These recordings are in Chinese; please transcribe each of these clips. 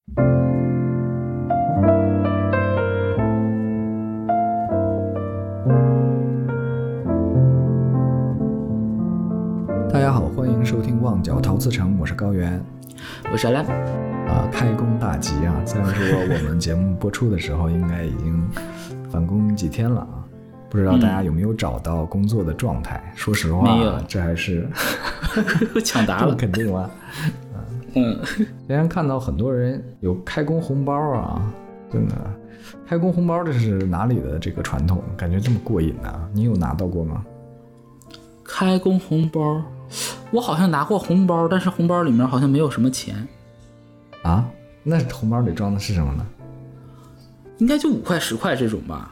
大家好，欢迎收听旺角陶瓷城，我是高原， 我是阿兰。 开工大吉啊！虽然说我们节目播出的时候应该已经返工几天了啊，不知道大家有没有找到工作的状态？说实话， 没有， 这还是抢答了， 肯定吗？今天看到很多人有开工红包啊，真的，开工红包这是哪里的这个传统？感觉这么过瘾啊！你有拿到过吗？ 开工红包，我好像拿过红包，但是红包里面好像没有什么钱啊。那红包里装的是什么呢？ 应该就5块10块这种吧。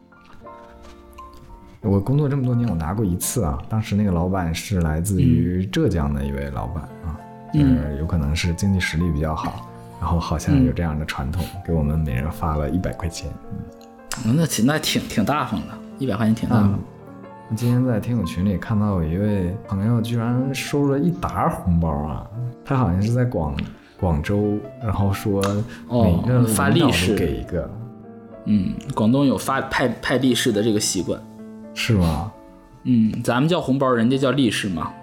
我工作这么多年，我拿过一次啊。当时那个老板是来自于浙江的一位老板啊，就是有可能是经济实力比较好，然后好像有这样的传统，给我们每人发了100块钱。 那挺大方的，100块钱挺大方。 今天在听友群里看到有一位朋友居然收了1沓红包啊，他好像是在广州，然后说每个发利是都给一个。 广东有派利是的这个习惯， 是吗？ 咱们叫红包，人家叫利是嘛。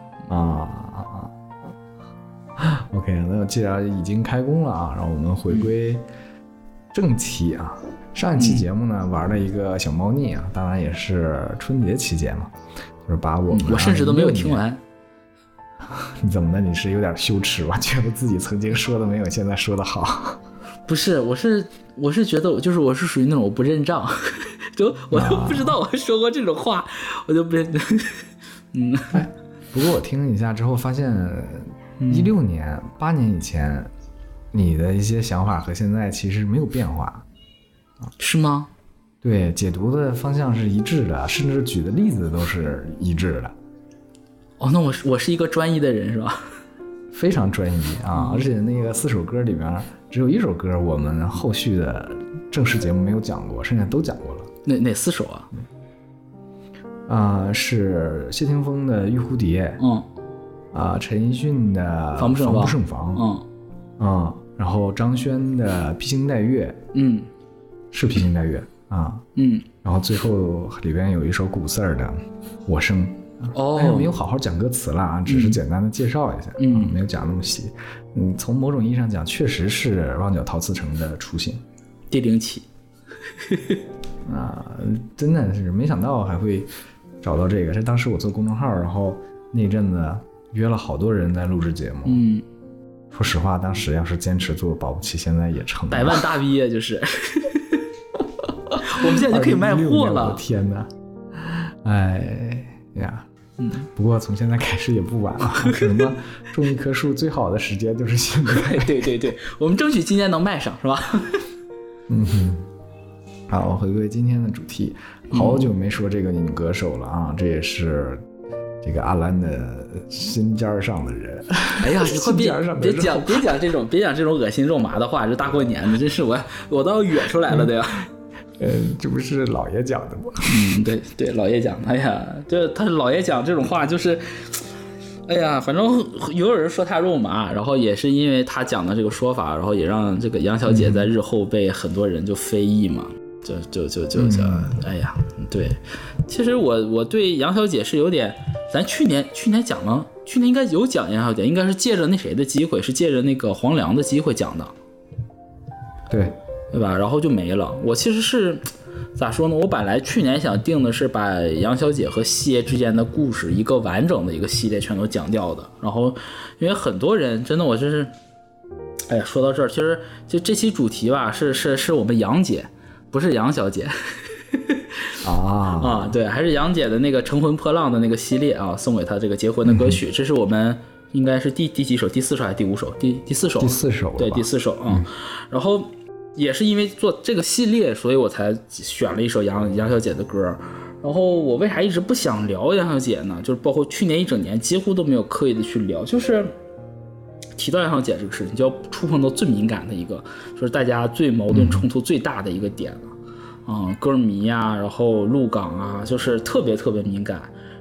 OK， 那既然已经开工了啊，让我们回归正题啊。上一期节目呢，玩了一个小猫腻啊，当然也是春节期间嘛，就是把我甚至都没有听完。 你怎么的？你是有点羞耻吧？觉得自己曾经说的没有现在说的好？ 不是，我是觉得我是属于那种我不认账，我都不知道我说过这种话，我就不认。 不过我听了一下之后发现，16年8年以前，你的一些想法和现在其实没有变化。 是吗？ 对，解读的方向是一致的，甚至举的例子都是一致的。 那我是一个专一的人是吧？ 非常专一啊！而且那个4首歌里边只有1首歌我们后续的正式节目没有讲过，剩下都讲过了。 哪4首啊？ 是谢霆锋的《玉蝴蝶》，陈奕迅的《防不胜防》，然后张轩的《披星戴月》，是《披星戴月》啊，然后最后里边有一首古四儿的《我生》。但是没有好好讲歌词了啊，只是简单的介绍一下，没有讲那么细。从某种意义上讲，确实是旺角陶瓷城的雏形， 第0期真的是没想到还会找到这个。是当时我做公众号，然后那阵子约了好多人在录制节目。说实话，当时要是坚持做，保不齐现在也成了 100万大 V 啊，就是我们现在就可以卖货了。 我的天哪！哎呀。不过从现在开始也不晚了。什么种一棵树最好的时间就是现在。 对，我们争取今年能卖上，是吧？ 好，回归今天的主题。好久没说这个女歌手了啊，这也是这个阿兰的心尖上的人。 哎呀，你快别讲这种恶心肉麻的话，这大过年的，真是我都要哕出来了的呀。 这不是老爷讲的吗？ 对，老爷讲的。哎呀，他老爷讲这种话就是，哎呀，反正有人说他肉麻，然后也是因为他讲的这个说法，然后也让这个杨小姐在日后被很多人就非议嘛，哎呀，对，其实我对杨小姐是有点，咱去年讲了，去年应该有讲杨小姐，应该是借着那谁的机会，是借着那个黄粱的机会讲的，对吧？然后就没了。我其实是咋说呢？我本来去年想定的是把杨小姐和谢之间的故事一个完整的一个系列全都讲掉的。然后因为很多人真的，我真是，哎呀，说到这儿，其实就这期主题吧，是我们杨姐，不是杨小姐。对，还是杨姐的那个乘风破浪的那个系列啊，送给她这个结婚的歌曲，这是我们应该是第几首？第4首还是第5首？第4首。 第4首。 对，第4首然后。也是因为做这个系列，所以我才选了一首杨小姐的歌。然后我为啥一直不想聊杨小姐呢？就是包括去年一整年几乎都没有刻意的去聊，就是提到杨小姐这个事情，就要触碰到最敏感的一个，就是大家最矛盾冲突最大的一个点了。歌迷啊，然后鹿港啊，就是特别特别敏感。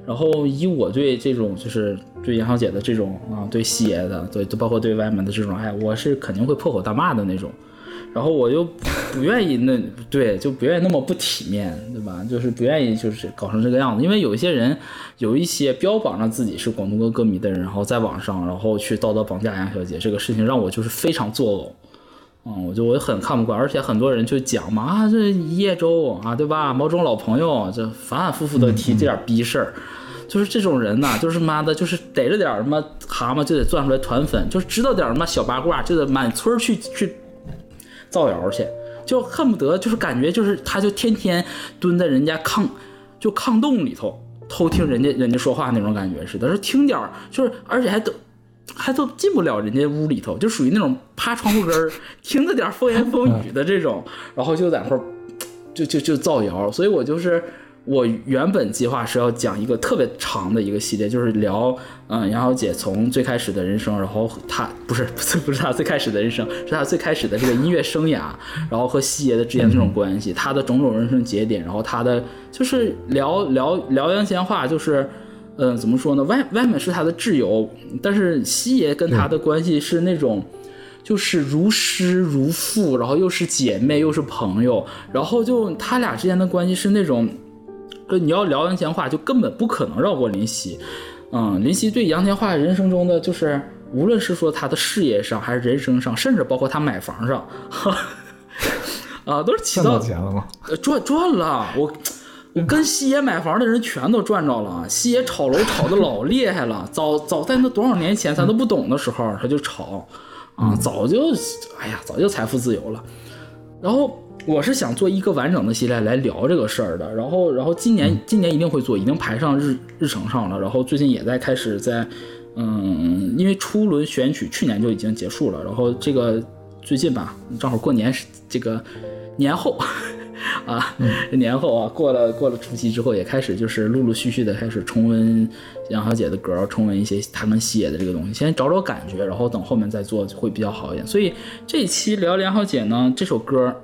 然后以我对这种就是对杨小姐的这种对西爷的，对，包括对外门的这种爱，我是肯定会破口大骂的那种。然后我又不愿意对，就不愿意那么不体面，对吧？就是不愿意就是搞成这个样子。因为有一些人有一些标榜着自己是广东歌歌迷的人，然后在网上然后去道德绑架杨小姐，这个事情让我就是非常作呕。我很看不惯，而且很多人就讲嘛这一叶舟对吧？毛中老朋友，这反反复复的提这点逼事儿。就是这种人呐，就是妈的，就是逮着点什么蛤蟆就得钻出来团粉，就是知道点什么小八卦就得满村去造谣去，就恨不得就是感觉就是他就天天蹲在人家炕洞里头偷听人家说话那种感觉似的，是听点就是而且还都进不了人家屋里头，就属于那种趴窗户根儿听着点风言风语的这种，然后就在那就造谣。所以我原本计划是要讲一个特别长的一个系列，就是聊杨小姐从最开始的人生，然后她不是她最开始的人生，是她最开始的这个音乐生涯，然后和西爷的之间这种关系，她的种种人生节点，然后她的就是聊杨闲话，就是怎么说呢？外面是她的挚友，但是西爷跟她的关系是那种就是如师如父，然后又是姐妹又是朋友，然后就他俩之间的关系是那种。你要聊杨千嬅就根本不可能绕过林夕。林夕对杨千嬅人生中的就是无论是说他的事业上还是人生上，甚至包括他买房上都是起到赚到钱了吗？ 赚了。我跟西爷买房的人全都赚着了。西爷炒楼炒的老厉害了，早在那多少年前咱都不懂的时候他就炒早就财富自由了。然后我是想做一个完整的系列来聊这个事儿的，然后今年一定会做，已经排上日程上了，然后最近也在开始在因为初轮选举去年就已经结束了，然后这个最近吧正好过年这个年后年后过了除夕之后也开始就是陆陆续续的开始重温杨小姐的歌，重温一些她跟西野的这个东西，先找感觉，然后等后面再做会比较好一点。所以这一期聊杨小姐呢，这首歌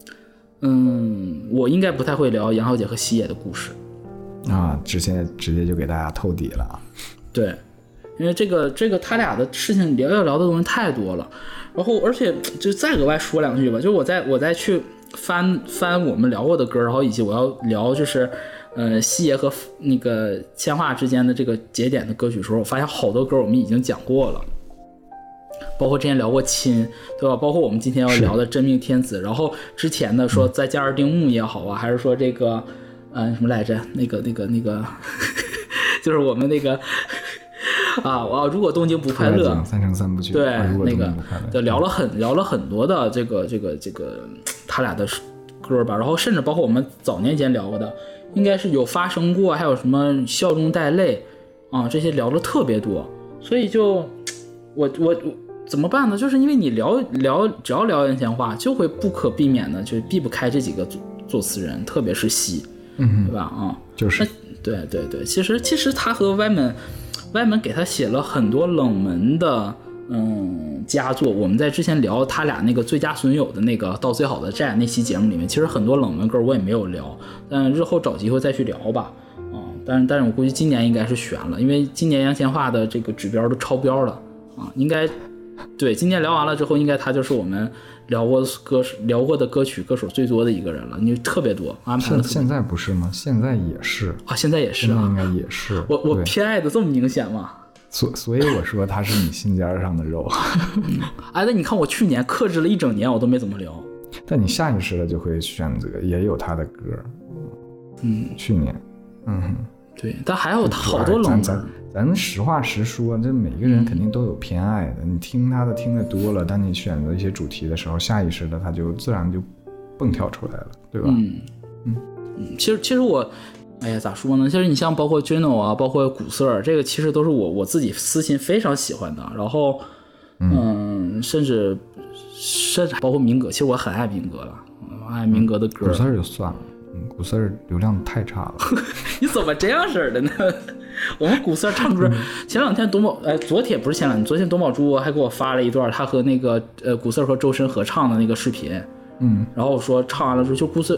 我应该不太会聊杨小姐和西野的故事直接就给大家透底了。 对，因为这个他俩的事情聊的东西太多了，然后而且就再额外说两句吧，就我再去翻我们聊过的歌，然后以及我要聊就是西野和那个千嬅之间的这个节点的歌曲的时候，我发现好多歌我们已经讲过了。包括之前聊过亲，对吧？包括我们今天要聊的真命天子，然后之前的说在加尔丁木也好还是说这个什么来着？那个就是我们那个如果东京不快乐， 三乘三部曲， 对，那个对聊了很多的这个他俩的歌吧，然后甚至包括我们早年间聊过的，应该是有发生过，还有什么笑中带泪这些聊的特别多，所以就我怎么办呢？就是因为你只要聊杨千嬅，就会不可避免的就避不开这几个作词人，特别是西，对吧？ 就是对，其实他和歪门给他写了很多冷门的佳作。我们在之前聊他俩那个最佳损友的那个到最好的债那期节目里面，其实很多冷门歌我也没有聊，但日后找机会再去聊吧。但是我估计今年应该是悬了，因为今年杨千嬅的这个指标都超标了应该。对，今天聊完了之后，应该他就是我们聊过的歌曲歌手最多的一个人了，因为特别多安排。 现在不是吗？现在也是现在也是应该也是。 我偏爱的这么明显吗？ 所以我说他是你心尖上的肉。 那你看我去年克制了一整年，我都没怎么聊。 但你下意识的就会选择，也有他的歌。去年， 对，但还有他好多冷门。 咱实话实说，这每个人肯定都有偏爱的。你听他的听得多了，当你选择一些主题的时候，下意识的他就自然就蹦跳出来了，对吧？ 其实我，咋说呢？其实你像包括 Juno 包括古瑟尔，这个其实都是我自己私心非常喜欢的。然后，甚至包括民歌，其实我很爱民歌了，爱民歌的歌。 古瑟尔就算了。古瑟尔流量太差了。 你怎么这样式的呢？我们古瑟唱歌，前两天昨天不是前两天，昨天董宝珠还给我发了一段他和那个古瑟和周深合唱的那个视频。然后我说唱完了之后，就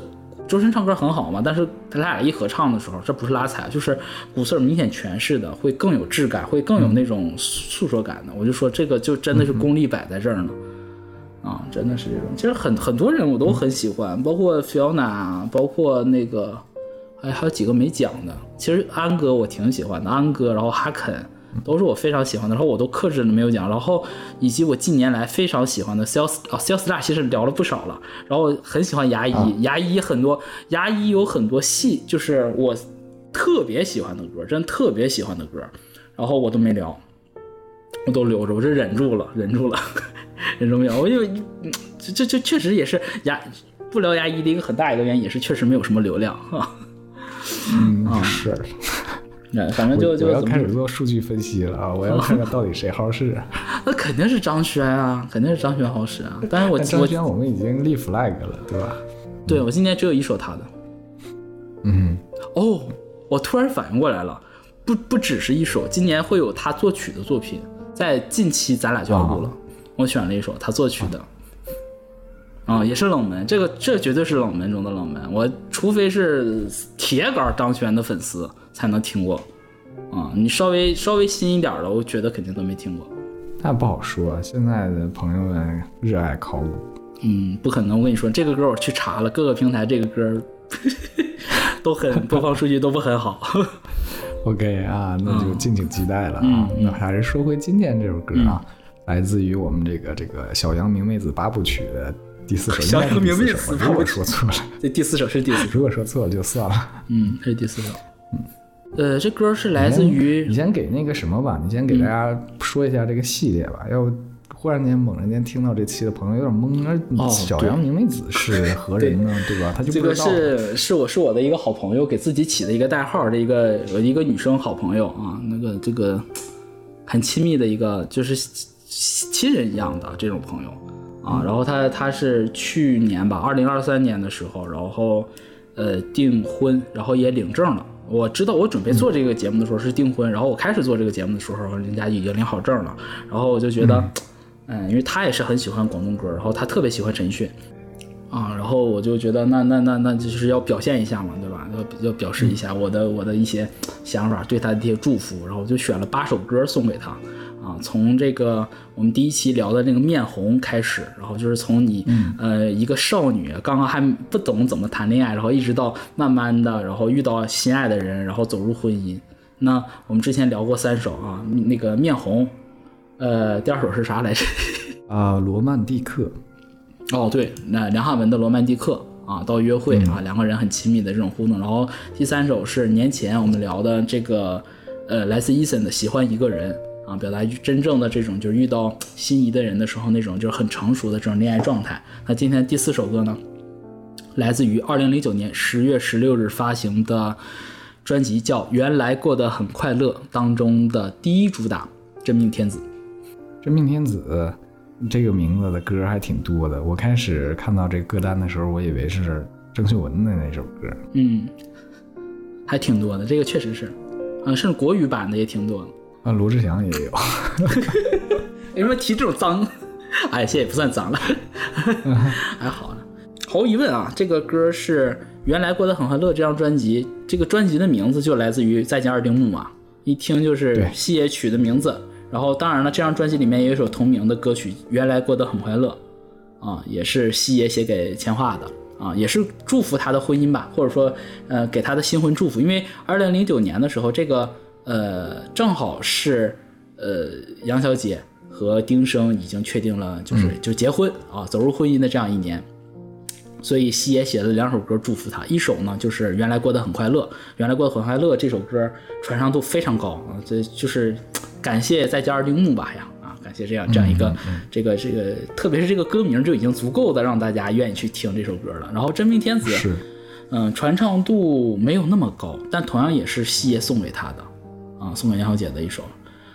周深唱歌很好嘛，但是他俩一合唱的时候，这不是拉踩，就是古色明显诠释的会更有质感，会更有那种诉说感的。我就说这个就真的是功力摆在这儿呢。真的是这种，其实很多人我都很喜欢，包括 Fiona， 包括那个还有几个没讲的。其实安哥我挺喜欢的，安哥，然后哈肯都是我非常喜欢的，然后我都克制了没有讲。然后以及我近年来非常喜欢的 Sales， 其实聊了不少了。然后很喜欢牙医，牙医有很多戏，就是我特别喜欢的歌，真的特别喜欢的歌，然后我都没聊，我都留着，我这忍住了。很重要，我就这确实也是不聊牙医的一个很大一个原因，也是确实没有什么流量是， 反正就我要开始做数据分析了啊！我要看看到底谁好使。 那肯定是张轩啊，肯定是张轩好使啊。但是张轩我们已经立 flag 了，对吧？ 对，我今年只有一首他的。我突然反应过来了，不只是一首，今年会有他作曲的作品，在近期咱俩就要录了。我选了一首他作曲的，也是冷门，这绝对是冷门中的冷门。我除非是铁杆张轩的粉丝才能听过，你稍微新一点的，我觉得肯定都没听过。 那不好说，现在的朋友们热爱考古。 不可能。我跟你说，这个歌我去查了，各个平台这个歌都很播放数据都不很好。 OK 啊，那就敬请期待了啊。那还是说回今天这首歌啊。来自于我们这个小杨明媚子8部曲的第4首。 小杨明媚子如果说错了， 这第4首是第4首， 如果说错了就算了。 这是第4首。这歌是来自于你先给那个什么吧，你先给大家说一下这个系列吧，要不忽然间猛然间听到这期的朋友有点懵，小杨明媚子是何人呢？对吧？他就不知道。 这个是我的一个好朋友给自己起的一个代号的一个女生好朋友啊，这个很亲密的一个就是亲人一样的这种朋友啊。然后他是去年吧，2023年的时候，然后订婚，然后也领证了。我知道我准备做这个节目的时候是订婚，然后我开始做这个节目的时候，人家已经领好证了。然后我就觉得，因为他也是很喜欢广东歌，然后他特别喜欢陈奕迅啊，然后我就觉得那就是要表现一下嘛，对吧？要表示一下我的一些想法，对他的一些祝福。然后我就选了8首歌送给他啊，从这个我们第一期聊的那个面红开始，然后就是从你一个少女刚刚还不懂怎么谈恋爱，然后一直到慢慢的，然后遇到心爱的人，然后走入婚姻。那我们之前聊过3首啊，那个面红，第2首是啥来着？ 罗曼蒂克。 对，那梁汉文的《罗曼蒂克》啊，到约会啊，2个人很亲密的这种互动。然后第3首是年前我们聊的这个来自 Eason 的《喜欢一个人》啊，表达真正的这种就是遇到心仪的人的时候那种就是很成熟的这种恋爱状态。那今天第4首歌呢，来自于2009年10月16日发行的专辑叫《原来过得很快乐》当中的第1主打《真命天子》。 真命天子这个名字的歌还挺多的，我开始看到这个歌单的时候，我以为是郑秀文的那首歌。 还挺多的，这个确实是，甚至国语版的也挺多的。 罗志祥也有。 为什么提这种脏？现在也不算脏了，还好了。毫无疑问啊，这个歌是原来过得很快乐这张专辑，这个专辑的名字就来自于再见二丁目嘛，一听就是西野曲的名字。然后当然了，这张专辑里面也有一首同名的歌曲《原来过得很快乐》啊，也是西野写给千桦的啊，也是祝福他的婚姻吧，或者说给他的新婚祝福。因为2009年的时候，这个正好是杨小姐和丁升已经确定了就结婚啊，走入婚姻的这样一年。所以西野写了2首歌祝福他，一首呢就是原来过得很快乐，原来过得很快乐这首歌传唱度非常高啊，这就是感谢再见二丁目吧呀啊，感谢这样一个这个特别是这个歌名就已经足够的让大家愿意去听这首歌了。然后真命天子是传唱度没有那么高，但同样也是西野送给他的啊，送给杨小姐的一首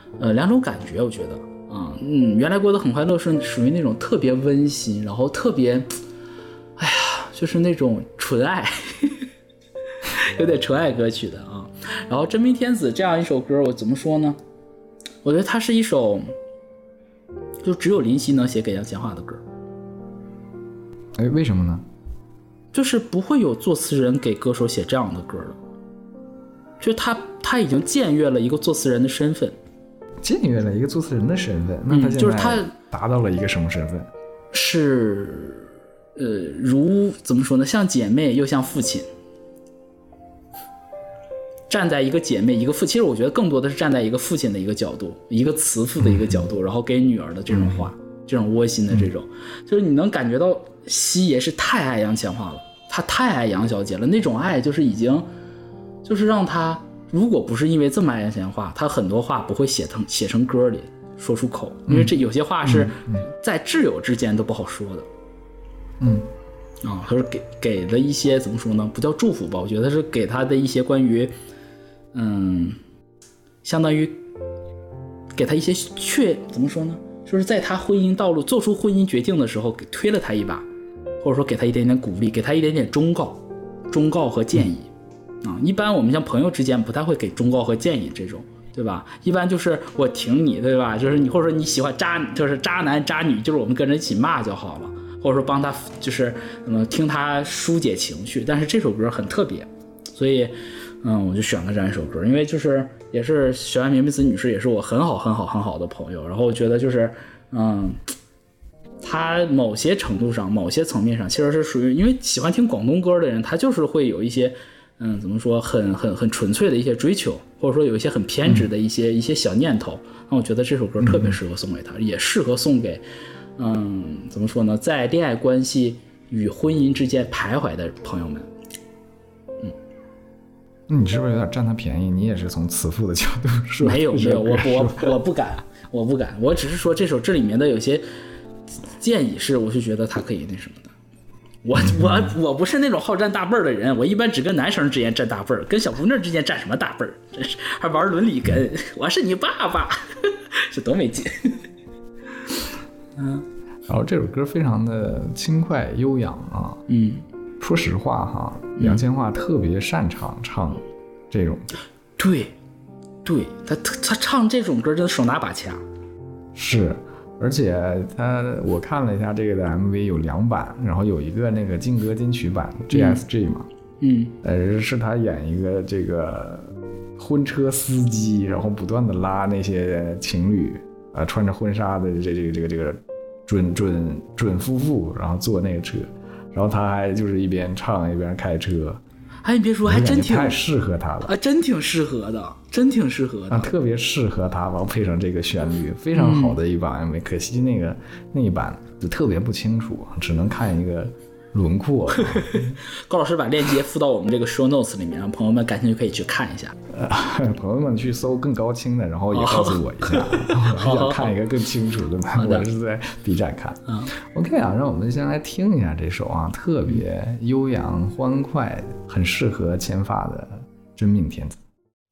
2种感觉我觉得原来过得很快乐是属于那种特别温馨，然后特别就是那种纯爱有点纯爱歌曲的啊。然后真命天子这样一首歌我怎么说呢，我觉得它是一首就只有林夕能写给杨千嬅的歌。 为什么呢？ 就是不会有作词人给歌手写这样的歌的，就他已经僭越了一个作词人的身份， 僭越了一个作词人的身份，那他现在达到了一个什么身份？ 是如怎么说呢，像姐妹又像父亲，站在一个姐妹一个父，其实我觉得更多的是站在一个父亲的一个角度，一个慈父的一个角度，然后给女儿的这种话，这种窝心的这种，就是你能感觉到西爷是太爱杨千嬅了，他太爱杨小姐了，那种爱就是已经就是让他，如果不是因为这么爱杨千嬅，他很多话不会写成歌里说出口，因为这有些话是在挚友之间都不好说的。他是给的一些怎么说呢，不叫祝福吧，我觉得是给他的一些关于相当于给他一些怎么说呢，就是在他婚姻道路做出婚姻决定的时候给推了他一把，或者说给他一点点鼓励，给他一点点忠告和建议一般我们像朋友之间不太会给忠告和建议这种，对吧？一般就是我挺你，对吧？就是你或者说你喜欢就是渣男渣女，就是我们跟着一起骂就好了，或者说帮他就是听他疏解情绪。但是这首歌很特别，所以我就选了这样一首歌，因为就是也是雪原绵美子女士也是我很好的朋友，然后我觉得就是他某些程度上某些层面上其实是属于，因为喜欢听广东歌的人他就是会有一些怎么说很纯粹的一些追求，或者说有一些很偏执的一些小念头，那我觉得这首歌特别适合送给他，也适合送给怎么说呢，在恋爱关系与婚姻之间徘徊的朋友们。 你是不是有点占他便宜？你也是从慈父的角度说？ 没有，我不敢，我只是说这里面的有些建议是，我是觉得他可以那什么的。我不是那种好占大辈儿的人，我一般只跟男生之间占大辈儿，跟小姑娘之间占什么大辈儿？真是还玩伦理根，我是你爸爸，这多没劲。 然后这首歌非常的轻快悠扬啊。说实话哈，杨千嬅特别擅长唱这种歌。对，他唱这种歌真的手拿把掐。是， 而且我看了一下这个的 MV 有2版，然后有一个那个劲歌金曲版 GSG 嘛，是他演一个这个婚车司机，然后不断的拉那些情侣穿着婚纱的这个准夫妇，然后坐那个车。然后他还就是一边唱一边开车， 你别说，还真太适合他了， 真挺适合的， 特别适合他，然后配上这个旋律，非常好的一版 MV。可惜那一版就特别不清楚，只能看一个轮廓。 高老师把链接附到我们这个 show notes 里面，让朋友们感兴趣可以去看一下。 朋友们去搜更高清的，然后也告诉我一下，我想看一个更清楚的。我是在 B 站看。OK 啊，让我们先来听一下这首特别悠扬欢快，很适合千嬅的《真命天子》。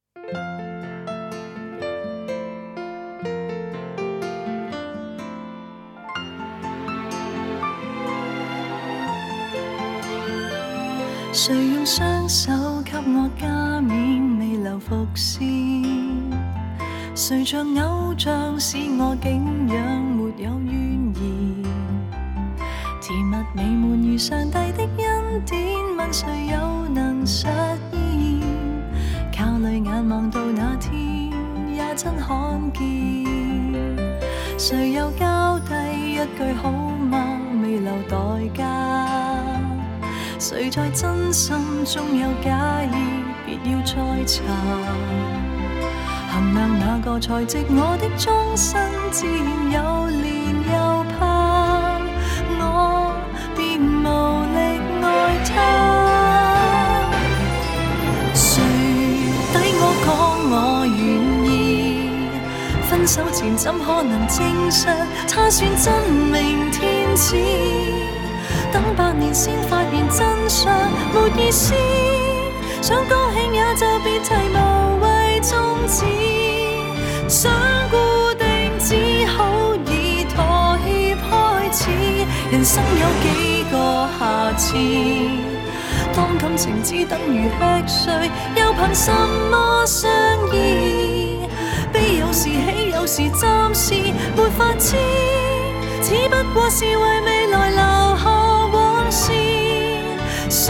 谁用雙手給我加冕未留伏線？誰像偶像使我敬仰沒有怨言？甜蜜美滿如上帝的恩典，問誰又能實現？靠淚眼望到那天也真看見。誰又交低一句好嗎？未留代價。誰在真心中有假意，別要再查。衡量哪個才值我的終身，自然又憐又怕，我便無力愛他。誰抵我講我願意？分手前怎可能證實他算真命天子？等8年先發現真相，沒意思。想高興也就別提，無謂終止。想固定只好以妥協開始。人生有幾個下次？當感情只等於吃睡，又憑什麼相依？悲有時喜有時暫時沒法知，只不過是為未來留下往事。誰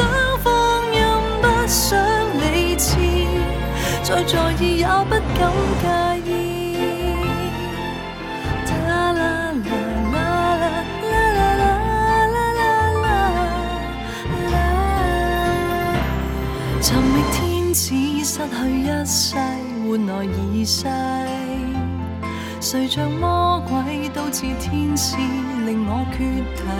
敢介意。啦啦啦啦啦啦啦啦啦啦，尋覓天子失去一世，換來二世。誰像魔鬼都似天使，令我決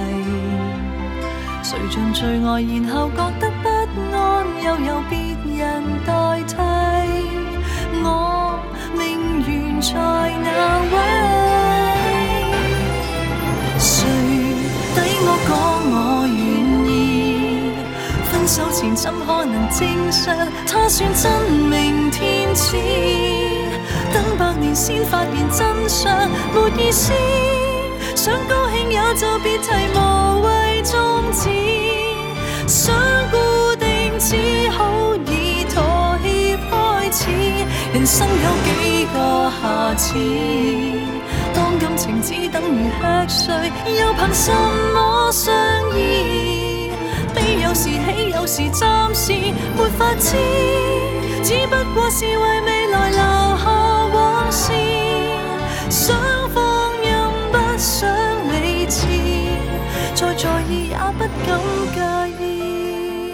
堤。誰像最愛，然後覺得不安，又有別人代替。我命懸在那位，誰抵我講我願意？分手前怎可能證實他算真命天子？等百年先發現真相，沒意思。想高興也就別提，無謂終止。想固定只好以妥協開始。人生有幾個下次？當感情只等於吃碎，又憑什麼相依？悲有時喜有時暫時沒法知，只不過是為未來留下往事。想放任不想理智，再在意也不敢介意。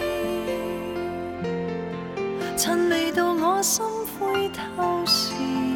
趁未到我心灰透時。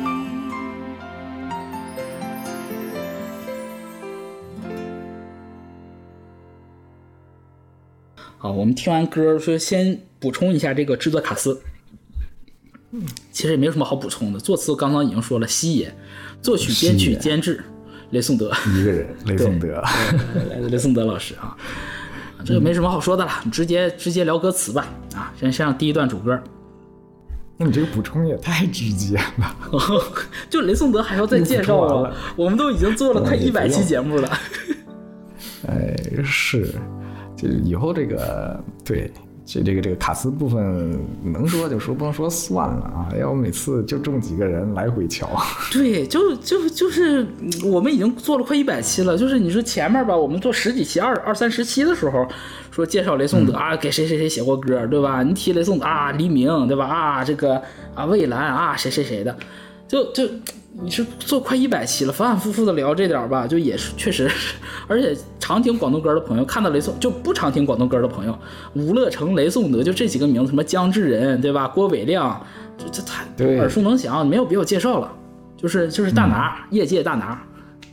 好，我们听完歌，说先补充一下这个制作卡司。其实也没有什么好补充的，作词刚刚已经说了，西野，作曲、编曲、监制雷颂德一个人，雷颂德， 雷颂德老师啊，这个没什么好说的了，直接聊歌词吧啊，先上第一段主歌。 那你这个补充也太直接了， 就雷颂德还要再介绍了，我们都已经做了快100期节目了。 哎，是。就以后这个对这个卡斯部分能说就说，不能说算了啊！要不每次就这么几个人来回瞧。 对，就是我们已经做了快100期了，就是你说前面吧，我们做10几期20-30期的时候，说介绍雷颂德啊，给谁谁谁写过歌，对吧？你提雷颂德啊，黎明，对吧？啊，这个啊，蔚蓝啊，谁的，就你是做快100期了，反反复复的聊这点吧，就也是确实，而且常听广东歌的朋友看到雷颂，就不常听广东歌的朋友，吴乐成、雷颂德就这几个名字，什么姜志仁，对吧？郭伟亮，这太耳熟能详，没有必要介绍了，就是大拿，业界大拿。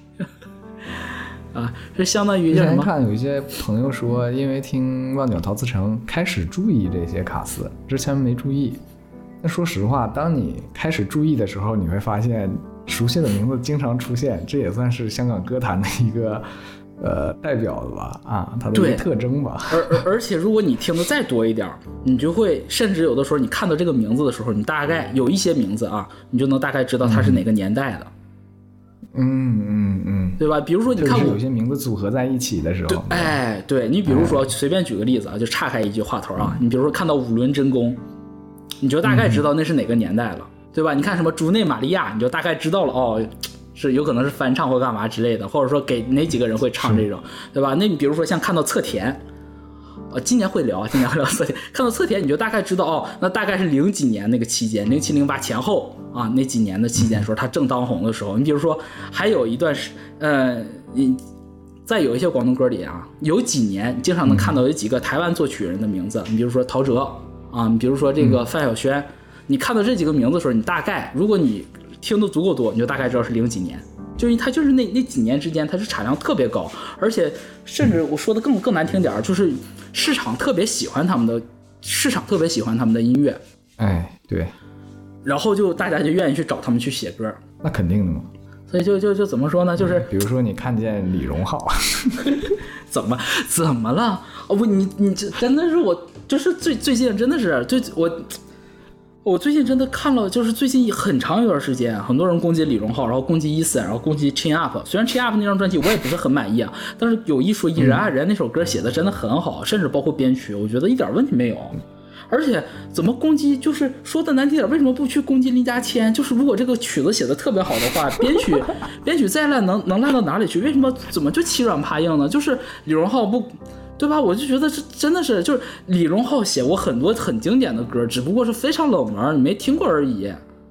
啊，这相当于叫什么？ 看有一些朋友说，因为听万鸟陶瓷城开始注意这些卡司，之前没注意。那说实话，当你开始注意的时候，你会发现熟悉的名字经常出现，这也算是香港歌坛的一个代表的吧，啊，它的一个特征吧。 而且如果你听的再多一点，你就会甚至有的时候你看到这个名字的时候，你大概有一些名字啊，你就能大概知道它是哪个年代的。对吧？比如说你看有些名字组合在一起的时候， 哎，对，你比如说随便举个例子啊，就岔开一句话头啊，你比如说看到五轮真功，你就大概知道那是哪个年代了，对吧？你看什么竹内玛利亚，你就大概知道了，哦，是有可能是翻唱或干嘛之类的，或者说给哪几个人会唱这种，对吧？那你比如说像看到侧田，今年会聊侧田，看到侧田你就大概知道，哦，那大概是00几年那个期间，07、08前后啊，那几年的期间时候他正当红的时候。你比如说还有一段是再有一些广东歌里啊，有几年你经常能看到有几个台湾作曲人的名字，你比如说陶喆啊，你比如说这个范晓萱，你看到这几个名字的时候，你大概如果你听的足够多，你就大概知道是00几年，就是它就是那几年之间它是产量特别高，而且甚至我说的更难听点，就是市场特别喜欢他们的音乐， 哎，对， 然后就大家就愿意去找他们去写歌， 那肯定的嘛。 所以就怎么说呢？就是比如说你看见李荣浩， 怎么了？哦不，你这真的是我，就是最近真的是我最近真的看了，就是最近很长一段时间，很多人攻击李荣浩，然后攻击Eason，然后攻击 Chin Up。虽然 Chin Up 那张专辑我也不是很满意啊，但是有一说一，人爱人那首歌写的真的很好，甚至包括编曲，我觉得一点问题没有。而且怎么攻击，就是说的难听点，为什么不去攻击林家谦？就是如果这个曲子写的特别好的话，编曲再烂能烂到哪里去？为什么怎么就欺软怕硬呢？就是李荣浩不，对吧？我就觉得这真的是，就是李荣浩写过很多很经典的歌，只不过是非常冷门，你没听过而已。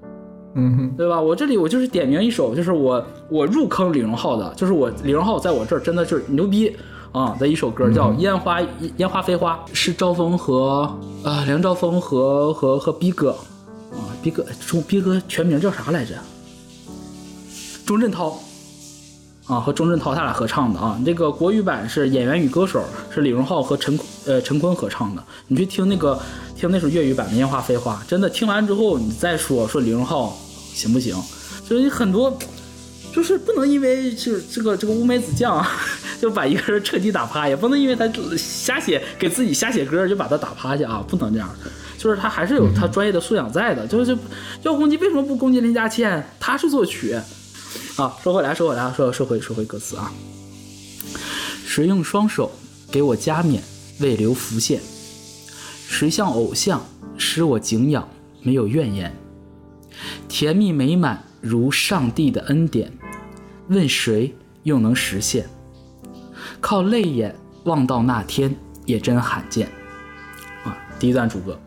对吧？我这里我就是点名一首，就是我入坑李荣浩的，就是李荣浩在我这儿真的是牛逼啊的一首歌，叫烟花飞花，是赵峰和梁兆峰和逼哥啊，逼哥全名叫啥来着？钟镇涛啊，和钟镇涛他俩合唱的啊。这个国语版是《演员与歌手》，是李荣浩和陈坤合唱的。你去听那首粤语版的《烟花飞花》，真的听完之后你再说李荣浩行不行？就是很多，就是不能因为就是这个乌梅子酱就把一个人彻底打趴，也不能因为他给自己瞎写歌就把他打趴下啊，不能这样。就是他还是有他专业的素养在的，就是要攻击为什么不攻击林家谦？他是作曲啊。说回来，说回歌词啊。谁用双手给我加冕，为留浮现？谁像偶像，使我敬仰，没有怨言？甜蜜美满如上帝的恩典，问谁又能实现？靠泪眼望到那天，也真罕见啊！第一段主歌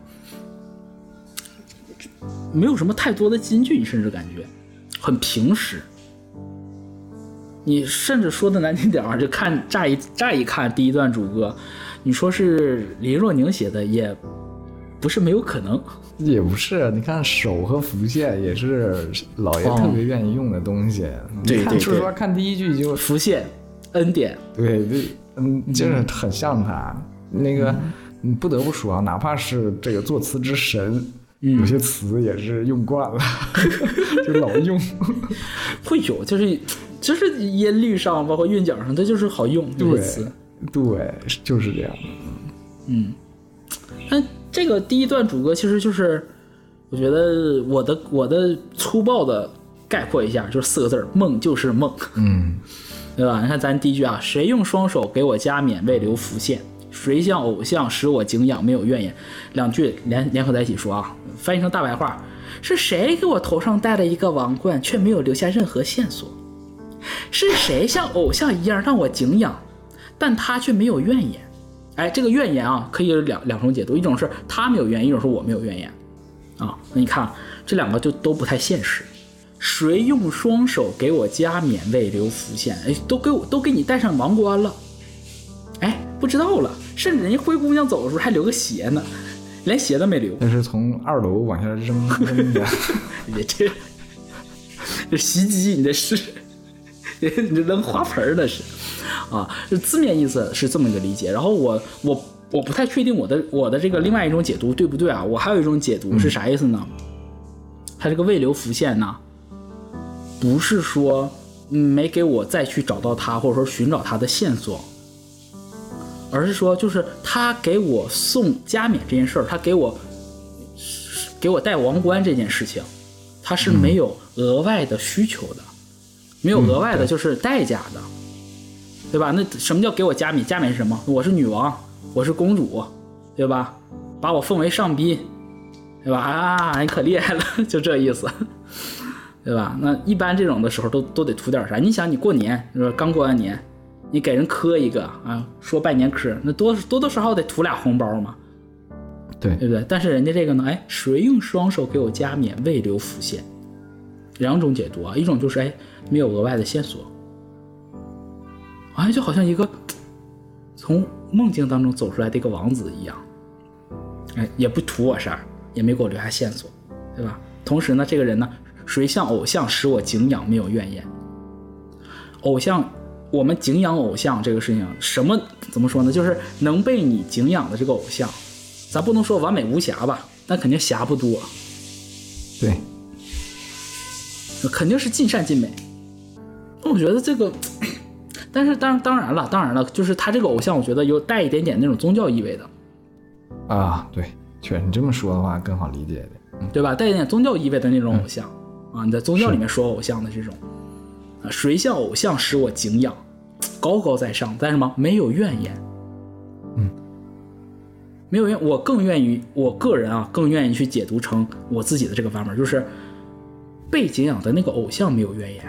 没有什么太多的金句，你甚至感觉很平实。你甚至说的难听点就看乍一看第一段主歌，你说是林若宁写的，也不是没有可能。 也不是，你看手和浮现也是老爷特别愿意用的东西。 对， 说实话，看第一句就浮现恩典。 对，就是很像他那个。你不得不说啊，哪怕是这个作词之神，有些词也是用惯了，就老用。 会有，就是音律上，包括韵脚上，它就是好用这些词。 对，就是这样的。 但这个第一段主歌其实就是，我觉得我的粗暴的概括一下，就是4个字：梦就是梦。对吧？你看咱第一句啊，谁用双手给我加冕，为留浮现？谁像偶像，使我敬仰，没有怨言。2句联合在一起说啊，翻译成大白话，是谁给我头上戴了一个王冠，却没有留下任何线索？是谁像偶像一样让我敬仰，但他却没有怨言？哎，这个怨言啊，可以有两种解读，一种是他没有怨言，一种是我没有怨言啊。那你看这2个就都不太现实。谁用双手给我加冕，为留浮现？哎，都给你戴上王冠了，哎，不知道了。甚至人家灰姑娘走的时候还留个鞋呢，连鞋都没留。 那是从2楼往下扔的。 你这袭击你的是，你这扔花盆的是啊。这字面意思是这么一个理解。然后我不太确定我的这个另外一种解读对不对啊？我还有一种解读是啥意思呢？他这个未留浮现呢，不是说没给我再去找到他，或者说寻找他的线索。而是说，就是他给我送加冕这件事儿，他给我戴王冠这件事情，他是没有额外的需求的，没有额外的就是代价的，对吧？那什么叫给我加冕？加冕是什么？我是女王，我是公主，对吧？把我奉为上宾，对吧？啊，你可厉害了，就这意思，对吧？那一般这种的时候都得图点啥？你想，你过年，是吧？刚过完年。你给人磕一个啊，说拜年磕，那多少少得图俩红包嘛，对不对？但是人家这个呢，哎，谁用双手给我加冕，为留浮现？2种解读啊，一种就是哎，没有额外的线索，哎，就好像一个从梦境当中走出来的一个王子一样，哎，也不图我啥，也没给我留下线索，对吧？同时呢，这个人呢，谁像偶像，使我敬仰，没有怨言。偶像。我们敬仰偶像这个事情，怎么说呢？就是能被你敬仰的这个偶像，咱不能说完美无瑕吧，但肯定瑕不多。 对， 肯定是尽善尽美。我觉得这个，但是当然了，就是他这个偶像，我觉得有带一点点那种宗教意味的。 啊，对，确实你这么说的话更好理解的， 对吧？带一点宗教意味的那种偶像啊，你在宗教里面说偶像的这种。谁像偶像，使我敬仰，高高在上，但是什么？没有怨言。没有怨，我个人啊，更愿意去解读成我自己的这个版本，就是被敬仰的那个偶像没有怨言。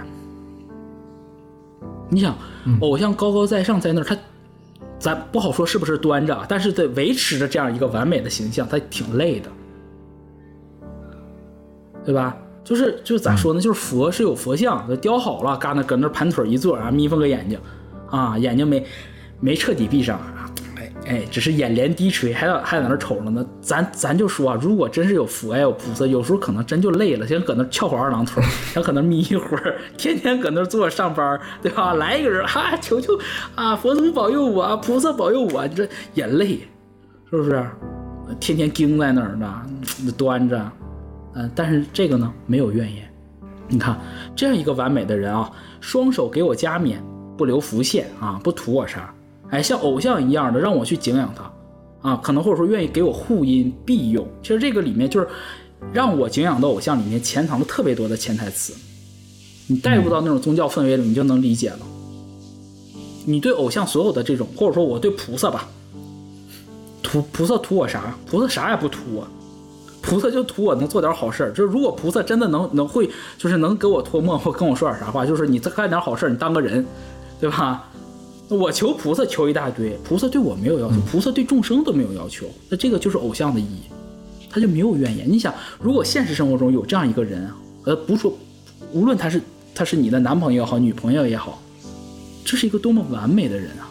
你想，偶像高高在上在那儿，他咱不好说是不是端着，但是得维持着这样一个完美的形象，他挺累的，对吧？ 就咋说呢？就是佛是有佛像，雕好了，搁那盘腿一坐，然后眯缝个眼睛，啊，眼睛没彻底闭上，只是眼帘低垂，还在那瞅着呢。咱就说啊，如果真是有佛呀有菩萨，有时候可能真就累了，先搁那翘会儿二郎腿，想搁那眯一会儿，天天搁那坐上班，对吧？来一个人啊，求求啊，佛祖保佑我，菩萨保佑我，你这也累，是不是？天天盯在那儿呢，端着。但是这个呢没有怨言。你看这样一个完美的人啊，双手给我加冕，不留浮线啊，不图我啥，像偶像一样的让我去敬仰他啊，可能或者说愿意给我护荫庇佑。其实这个里面就是让我敬仰的偶像里面潜藏了特别多的潜台词，你带入到那种宗教氛围里你就能理解了。你对偶像所有的这种，或者说我对菩萨吧，菩萨图我啥？菩萨啥也不图我，菩萨就图我能做点好事。就是如果菩萨真的能会，就是能给我托梦或跟我说点啥话，就是你再干点好事，你当个人，对吧？我求菩萨求一大堆，菩萨对我没有要求，菩萨对众生都没有要求，那这个就是偶像的意义，他就没有怨言。你想，如果现实生活中有这样一个人，不说，无论他是你的男朋友也好，女朋友也好，这是一个多么完美的人啊！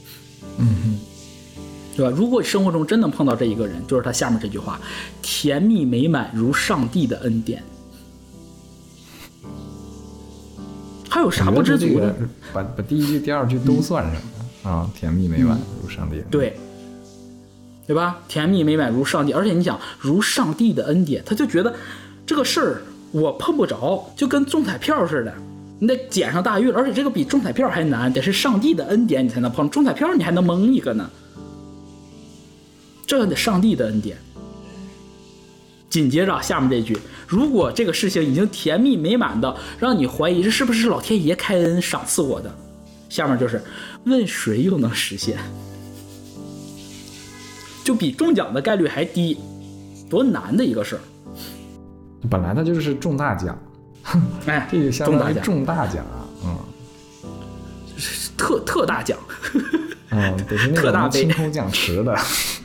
对吧？如果生活中真能碰到这一个人，就是他下面这句话：甜蜜美满如上帝的恩典。还有啥不知足的？ 把第一句、第二句都算上啊！甜蜜美满如上帝， 对吧？甜蜜美满如上帝，而且你想，如上帝的恩典，他就觉得这个事儿我碰不着，就跟中彩票似的，你得捡上大运，而且这个比中彩票还难，得是上帝的恩典你才能碰，中彩票你还能蒙一个呢。这得上帝的恩典。紧接着下面这句，如果这个事情已经甜蜜美满的让你怀疑这是不是老天爷开恩赏赐我的，下面就是问谁又能实现，就比中奖的概率还低，多难的一个事儿。 本来它就是中大奖，这个相当于中大奖啊， 特大奖， 得是那种清空奖池的。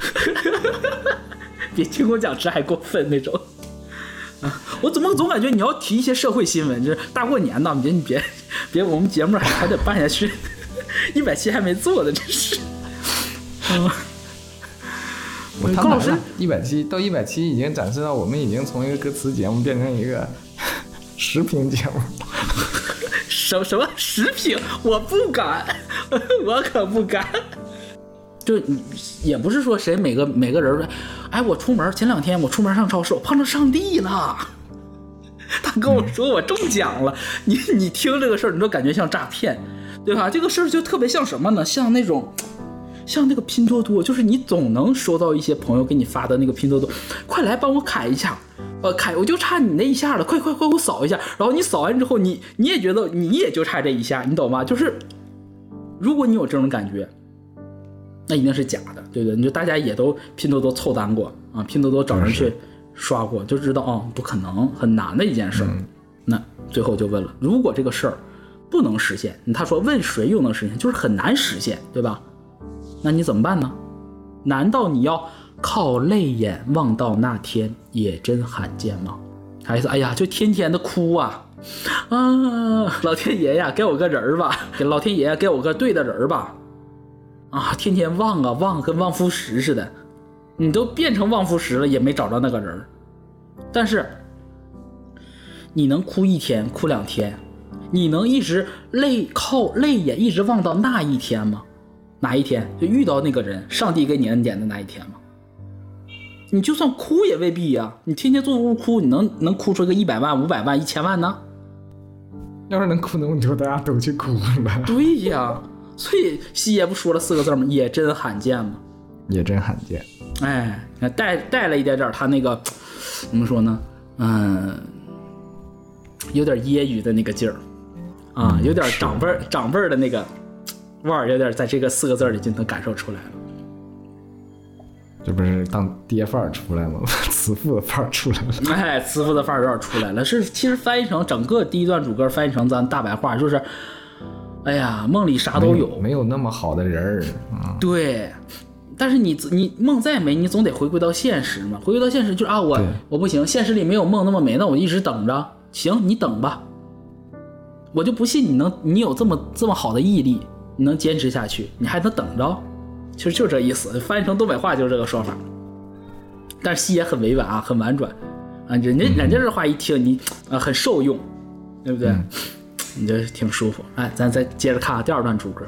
比清空奖池还过分那种我怎么总感觉你要提一些社会新闻，就是大过年的，你别我们节目还得办下去，100期还没做呢，真是。高老师 100期已经展示到我们已经从一个歌词节目变成一个时评节目。 什么时评？我不敢，我可不敢。就也不是说谁每个人，我出门前2天我出门上超市，我碰上上帝了，他跟我说我中奖了。你听这个事儿，你都感觉像诈骗，对吧？这个事儿就特别像什么呢？像那个拼多多，就是你总能收到一些朋友给你发的那个拼多多，快来帮我砍一下，我就差你那一下了，快我扫一下。然后你扫完之后，你也觉得你也就差这一下，你懂吗？就是如果你有这种感觉，那一定是假的，对不对？你就大家也都拼多多凑单过啊，拼多多找人去刷过，就知道不可能，很难的一件事。那最后就问了，如果这个事儿不能实现，他说问谁又能实现，就是很难实现，对吧？那你怎么办呢？难道你要靠泪眼望到那天也真罕见吗？还是就天天的哭啊，老天爷呀，给我个人吧，老天爷给我个对的人吧。天天望啊望，跟望夫石似的，你都变成望夫石了，也没找着那个人。但是你能哭1天，哭2天，你能一直靠泪眼一直望到那一天吗？哪一天？就遇到那个人，上帝给你恩典的那一天吗？你就算哭也未必呀，你天天坐屋哭，你能哭出个100万、500万、1000万呢？ 要是能哭那么多，大家都去哭了。 对呀。所以西爷不说了4个字吗？也真罕见嘛， 也真罕见。 带了一点他那个怎么说呢？有点揶揄的那个劲儿啊，有点长辈的那个味儿，有点在这个4个字里就能感受出来了。 这不是当爹范儿出来了吗？慈父的范儿出来了。 慈父的范儿有点出来了。其实翻译成整个第一段主歌翻译成咱大白话就是。梦里啥都有， 没有那么好的人儿。 对，但是你梦再美，你总得回归到现实嘛。回归到现实就是我不行，现实里没有梦那么美，那我一直等着， 行，你等吧，我就不信你有这么好的毅力，你能坚持下去，你还能等着。其实就这意思，翻译成东北话就是这个说法。但是西也很委婉啊，很婉转啊，人家这话一听你很受用，对不对？你就挺舒服。哎，咱再接着看第二段主歌，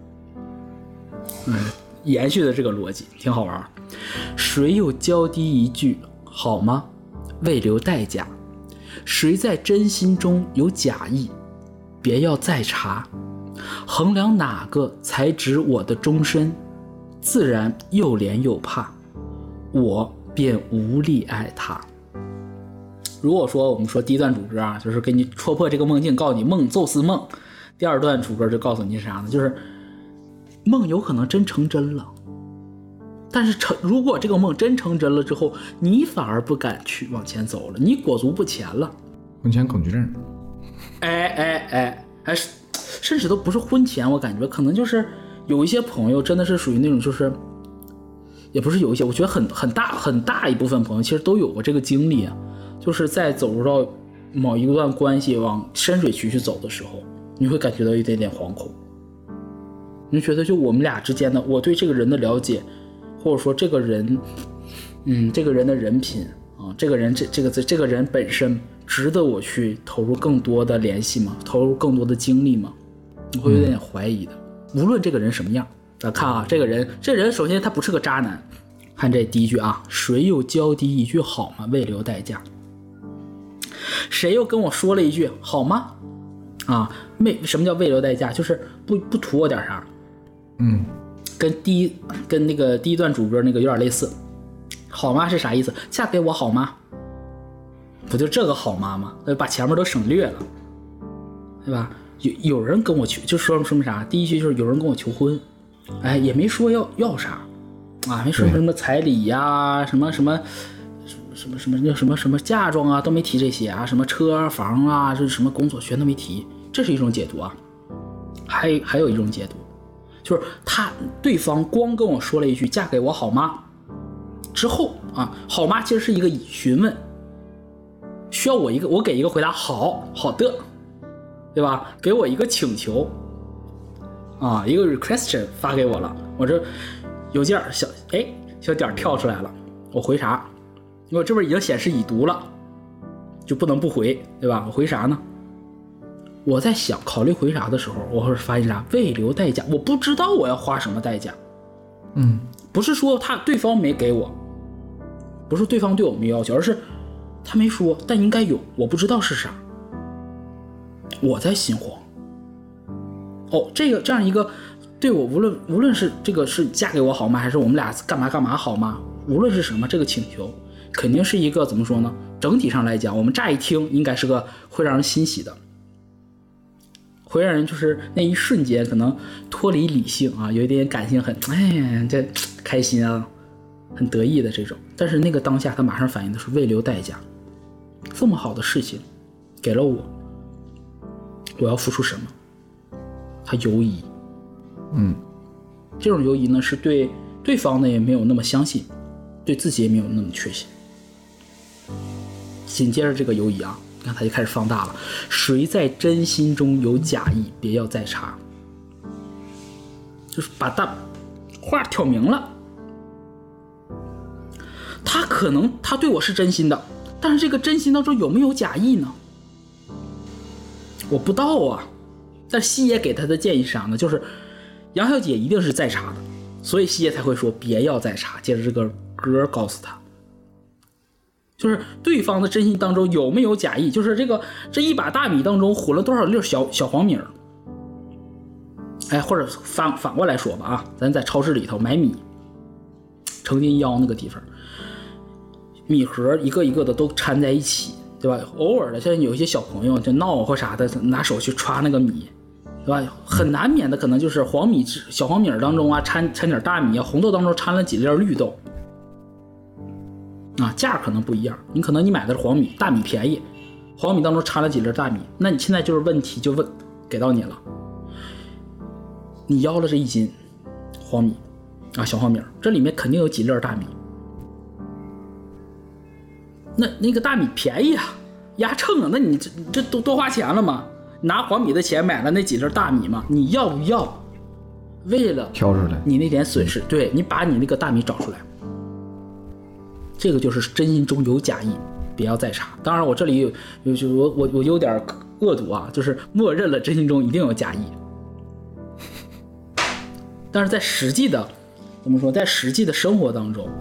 延续的这个逻辑挺好玩。谁又娇滴一句好吗？未留代价。谁在真心中有假意？别要再查。衡量哪个才值我的终身？自然又怜又怕，我便无力爱他。如果说我们说第一段主歌啊，就是给你戳破这个梦境，告诉你梦宙斯梦。第二段主歌就告诉你是啥呢？就是梦有可能真成真了，但是如果这个梦真成真了之后，你反而不敢去往前走了，你裹足不前了。 婚前恐惧症。 甚至都不是婚前，我感觉可能就是有一些朋友真的是属于那种，就是也不是有一些，我觉得很大一部分朋友其实都有过这个经历啊，就是在走入到某一段关系往深水区去走的时候，你会感觉到一点点惶恐，你觉得就我们俩之间的，我对这个人的了解，或者说这个人这个人的人品啊，这个人这个人本身值得我去投入更多的联系吗？投入更多的精力吗？我会有点怀疑的。无论这个人什么样，咱看啊，这人首先他不是个渣男。看这第一句啊，谁又娇滴一句好吗？未留代价。谁又跟我说了一句好吗？啊，什么叫未留代价？就是不图我点啥。跟那个第一段主歌那个有点类似。好吗是啥意思？嫁给我好吗？不就这个好吗吗？把前面都省略了，对吧？有人跟我求，就说明啥？第一句就是有人跟我求婚，哎，也没说要啥啊，没说什么彩礼呀、什么嫁妆啊，都没提这些啊，什么车房啊，这什么工作全都没提，这是一种解读啊。还有一种解读，就是对方光跟我说了一句嫁给我好吗？之后啊，好吗其实是一个询问，需要我给一个回答，好的，对吧？给我一个请求啊，一个 request 发给我了，我这邮件小点跳出来了，我回啥？因为这边已经显示已读了，就不能不回，对吧？我回啥呢？我在想考虑回啥的时候，我会发现啥？未留代价，我不知道我要花什么代价。不是说对方没给我，不是对方对我没要求，而是他没说，但应该有，我不知道是啥，我在心慌。这样一个对我无论是这个是嫁给我好吗，还是我们俩干嘛好吗？无论是什么，这个请求肯定是一个怎么说呢？整体上来讲，我们乍一听应该是个会让人欣喜的，会让人就是那一瞬间可能脱离理性啊，有一点感性，这开心啊，很得意的这种。但是那个当下他马上反应的是未留代价，这么好的事情给了我要付出什么？他犹疑。这种犹疑呢，是对对方呢也没有那么相信，对自己也没有那么确信。紧接着这个犹疑啊，你看他就开始放大了。谁在真心中有假意，别要再查。就是把话挑明了。他对我是真心的，但是这个真心当中有没有假意呢？我不知道啊。但西野给他的建议是啥呢？就是杨小姐一定是在查的，所以西野才会说别要再查。接着这个歌告诉他，就是对方的真心当中有没有假意，就是这一把大米当中混了多少粒小黄米。或者反过来说吧啊，咱在超市里头买米，成斤腰那个地方，米盒一个一个的都掺在一起，对吧？偶尔的像有一些小朋友就闹或啥的，拿手去抓那个米，对吧？很难免的可能就是小黄米当中啊掺点大米啊，红豆当中掺了几粒绿豆啊，价可能不一样。你买的是黄米，大米便宜，黄米当中掺了几粒大米，那你现在就是问题就给到你了。你要了这1斤黄米啊，小黄米，这里面肯定有几粒大米。那个大米便宜啊， 压秤啊，那你这都多花钱了吗？拿黄米的钱买了那几粒大米嘛，你要不要？为了挑出来你那点损失，对，你把你那个大米找出来，这个就是真心中有假意，别要再查。当然我这里我有点恶毒啊，就是默认了真心中一定有假意，但是在实际的怎么说，在实际的生活当中，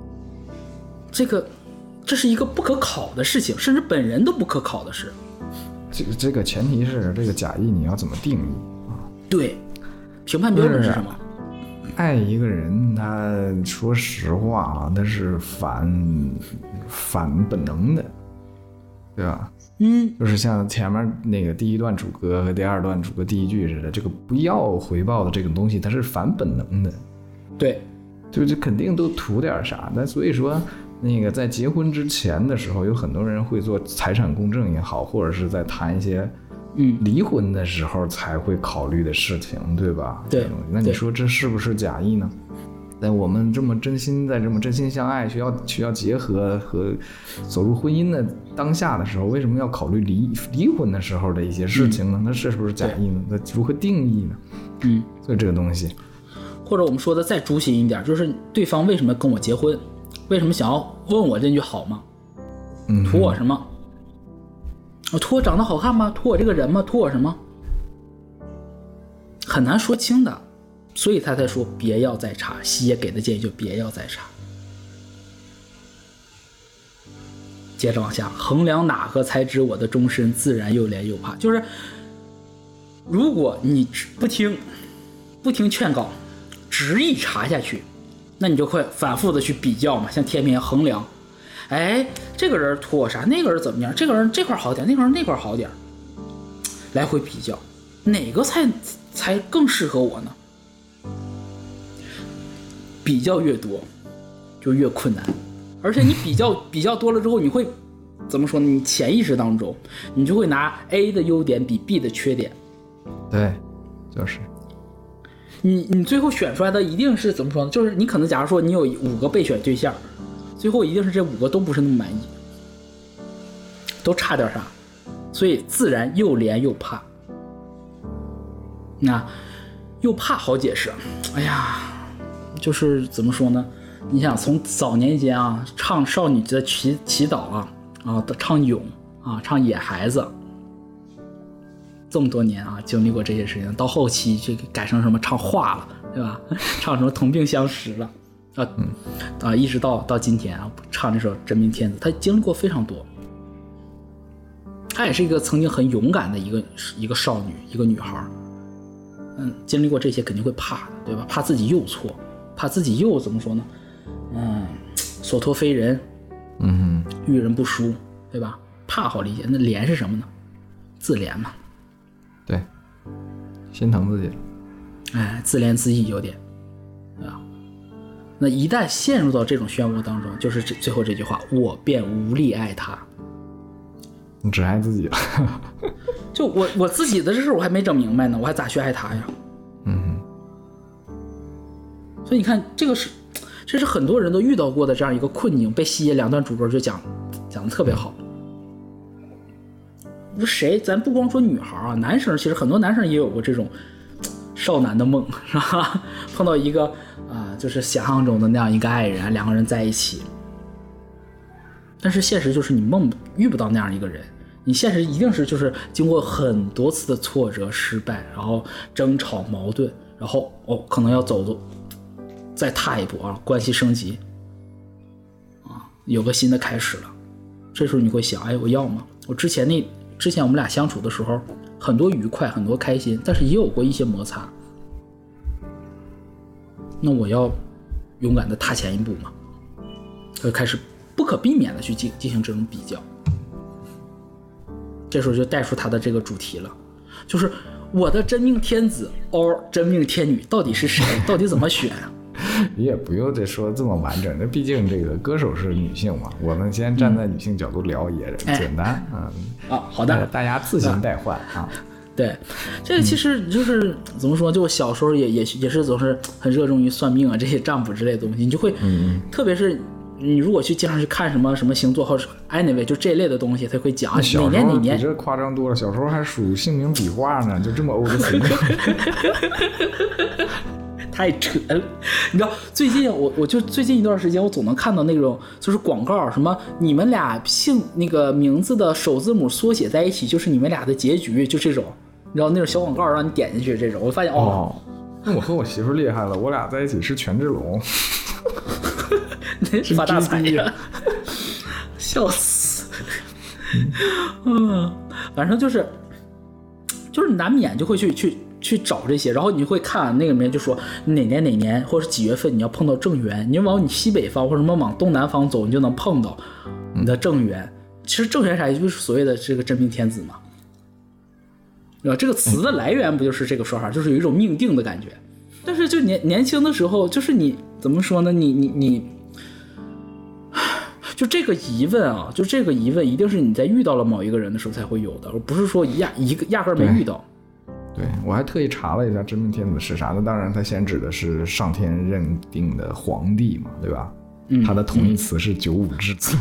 这是一个不可考的事情，甚至本人都不可考的事。 这个前提是这个假意你要怎么定义啊？ 对，评判标准是什么？ 爱一个人，他说实话啊，他是反本能的，对吧？就是像前面那个第一段主歌和第二段主歌第一句似的，这个不要回报的这种东西，它是反本能的。 对， 就肯定都图点啥的。所以说，那个在结婚之前的时候，有很多人会做财产公证也好，或者是在谈一些离婚的时候才会考虑的事情，对吧？ 对。 那你说这是不是假意呢？在我们这么真心相爱，需要结合和走入婚姻的当下的时候，为什么要考虑离婚的时候的一些事情呢？那是不是假意呢？那如何定义呢？所以这个东西， 或者我们说的再诛心一点，就是对方为什么跟我结婚，为什么想要问我这句好吗？图我什么？我图我长得好看吗？图我这个人吗？图我什么？很难说清的。所以他才说别要再查，西爷给的建议就别要再查。接着往下，衡量哪个才知我的终身，自然又怜又怕。就是如果你不听劝告，执意查下去，那你就会反复的去比较嘛，像天平衡量，哎，这个人图我啥，那个人怎么样，这个人这块好点，那个人那块好点，来回比较，哪个才更适合我呢？比较越多就越困难，而且你比较多了之后，你会怎么说呢？你潜意识当中你就会拿 A 的优点比 B 的缺点， 对，就是你最后选出来的一定是怎么说呢？就是你可能假如说你有5个备选对象，最后一定是这5个都不是那么满意，都差点啥，所以自然又怜又怕。那又怕好解释，哎呀，就是怎么说呢？你想从早年间啊，唱少女的祈祷啊，唱咏啊，唱野孩子，这么多年啊，经历过这些事情，到后期就改成什么唱化了，对吧？唱什么同病相识了，一直到今天啊，唱这首《真命天子》，他经历过非常多。她也是一个曾经很勇敢的一个少女，一个女孩。经历过这些肯定会怕的，对吧？怕自己又错，怕自己又怎么说呢？所托非人，遇人不淑，对吧？怕好理解，那怜是什么呢？自怜嘛， 对，心疼自己， 自怜自艾有点，对吧？那一旦陷入到这种漩涡当中，就是最后这句话，我便无力爱他。 你只爱自己了。 就我自己的这事我还没整明白呢，我还咋去爱他呀？所以你看，这是很多人都遇到过的这样一个困境，被西野2段主歌就讲的特别好。你说谁？咱不光说女孩啊，男生其实很多男生也有过这种少男的梦，是吧？碰到一个就是想象中的那样一个爱人，2个人在一起。但是现实就是你遇不到那样一个人，你现实一定是就是经过很多次的挫折、失败，然后争吵、矛盾，然后可能要再踏一步啊，关系升级有个新的开始了。这时候你会想，哎，我要吗？我之前我们俩相处的时候，很多愉快，很多开心，但是也有过一些摩擦。那我要勇敢的踏前一步嘛，就开始不可避免的去进行这种比较。这时候就带出他的这个主题了，就是我的真命天子真命天女到底是谁？到底怎么选啊？ 你也不用得说这么完整，那毕竟这个歌手是女性嘛，我们先站在女性角度聊也简单好的， 大家自行代换对，这个其实就是怎么说，就我小时候也是总是很热衷于算命啊这些占卜之类的东西，你就会特别是你如果去经常去看什么什么星座或者 anyway 就这类的东西，他会讲哪年哪年。 比这夸张多了，小时候还数姓名笔画呢，就这么欧的词。 太扯了！你知道最近我就最近一段时间，我总能看到那种就是广告，什么你们俩姓那个名字的首字母缩写在一起，就是你们俩的结局，就这种，你知道那种小广告让你点进去这种，我发现那我和我媳妇厉害了，我俩在一起是权志龙。 发大财呀！笑死！反正就是难免就会去找这些，然后你会看那个里面就说哪年哪年或者是几月份你要碰到正缘，你往你西北方或者什么往东南方走，你就能碰到你的正缘。其实正缘啥就是所谓的这个真命天子嘛。这个词的来源不就是这个说法，就是有一种命定的感觉。但是就年轻的时候，就是你怎么说呢？你就这个疑问啊，就这个疑问一定是你在遇到了某一个人的时候才会有的，而不是说压根没遇到。 对，我还特意查了一下真命天子是啥，那当然他先指的是上天认定的皇帝嘛，对吧？他的同义词是九五至尊。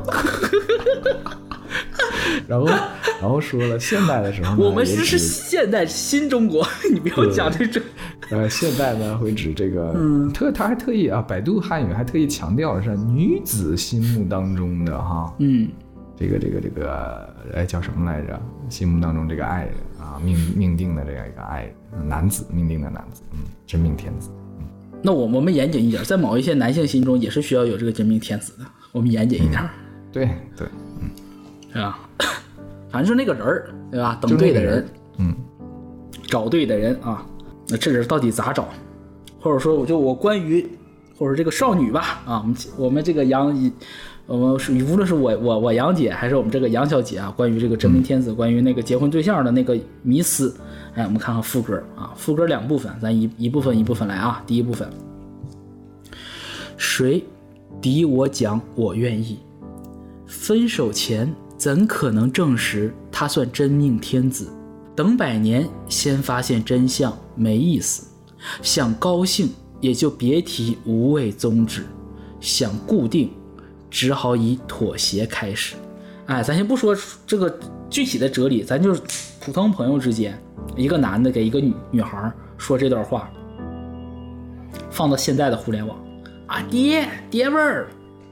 然后说了现代的时候呢， 我们是现代新中国，你不要讲这种。 现代呢会指这个，他还特意啊，百度汉语还特意强调是女子心目当中的哈，这个叫什么来着？心目当中这个爱人啊，命定的这样一个爱人，男子命定的男子，真命天子。 那我们严谨一点，在某一些男性心中也是需要有这个真命天子的，我们严谨一点。 对， 对吧？反正就那个人对吧？等对的人，找对的人啊。那这人到底咋找？或者说我关于或者这个少女吧啊，我们这个我们无论是我杨姐还是我们这个杨小姐啊，关于这个真命天子，关于那个结婚对象的那个迷思，我们看看副歌啊，副歌两部分，咱一部分一部分来啊。第一部分，谁敌我讲我愿意，分手前怎可能证实他算真命天子？等100年先发现真相没意思，想高兴也就别提无谓宗旨，想固定只好以妥协开始。咱先不说这个具体的哲理，咱就是普通朋友之间，一个男的给一个女孩说这段话，放到现在的互联网啊，爹味儿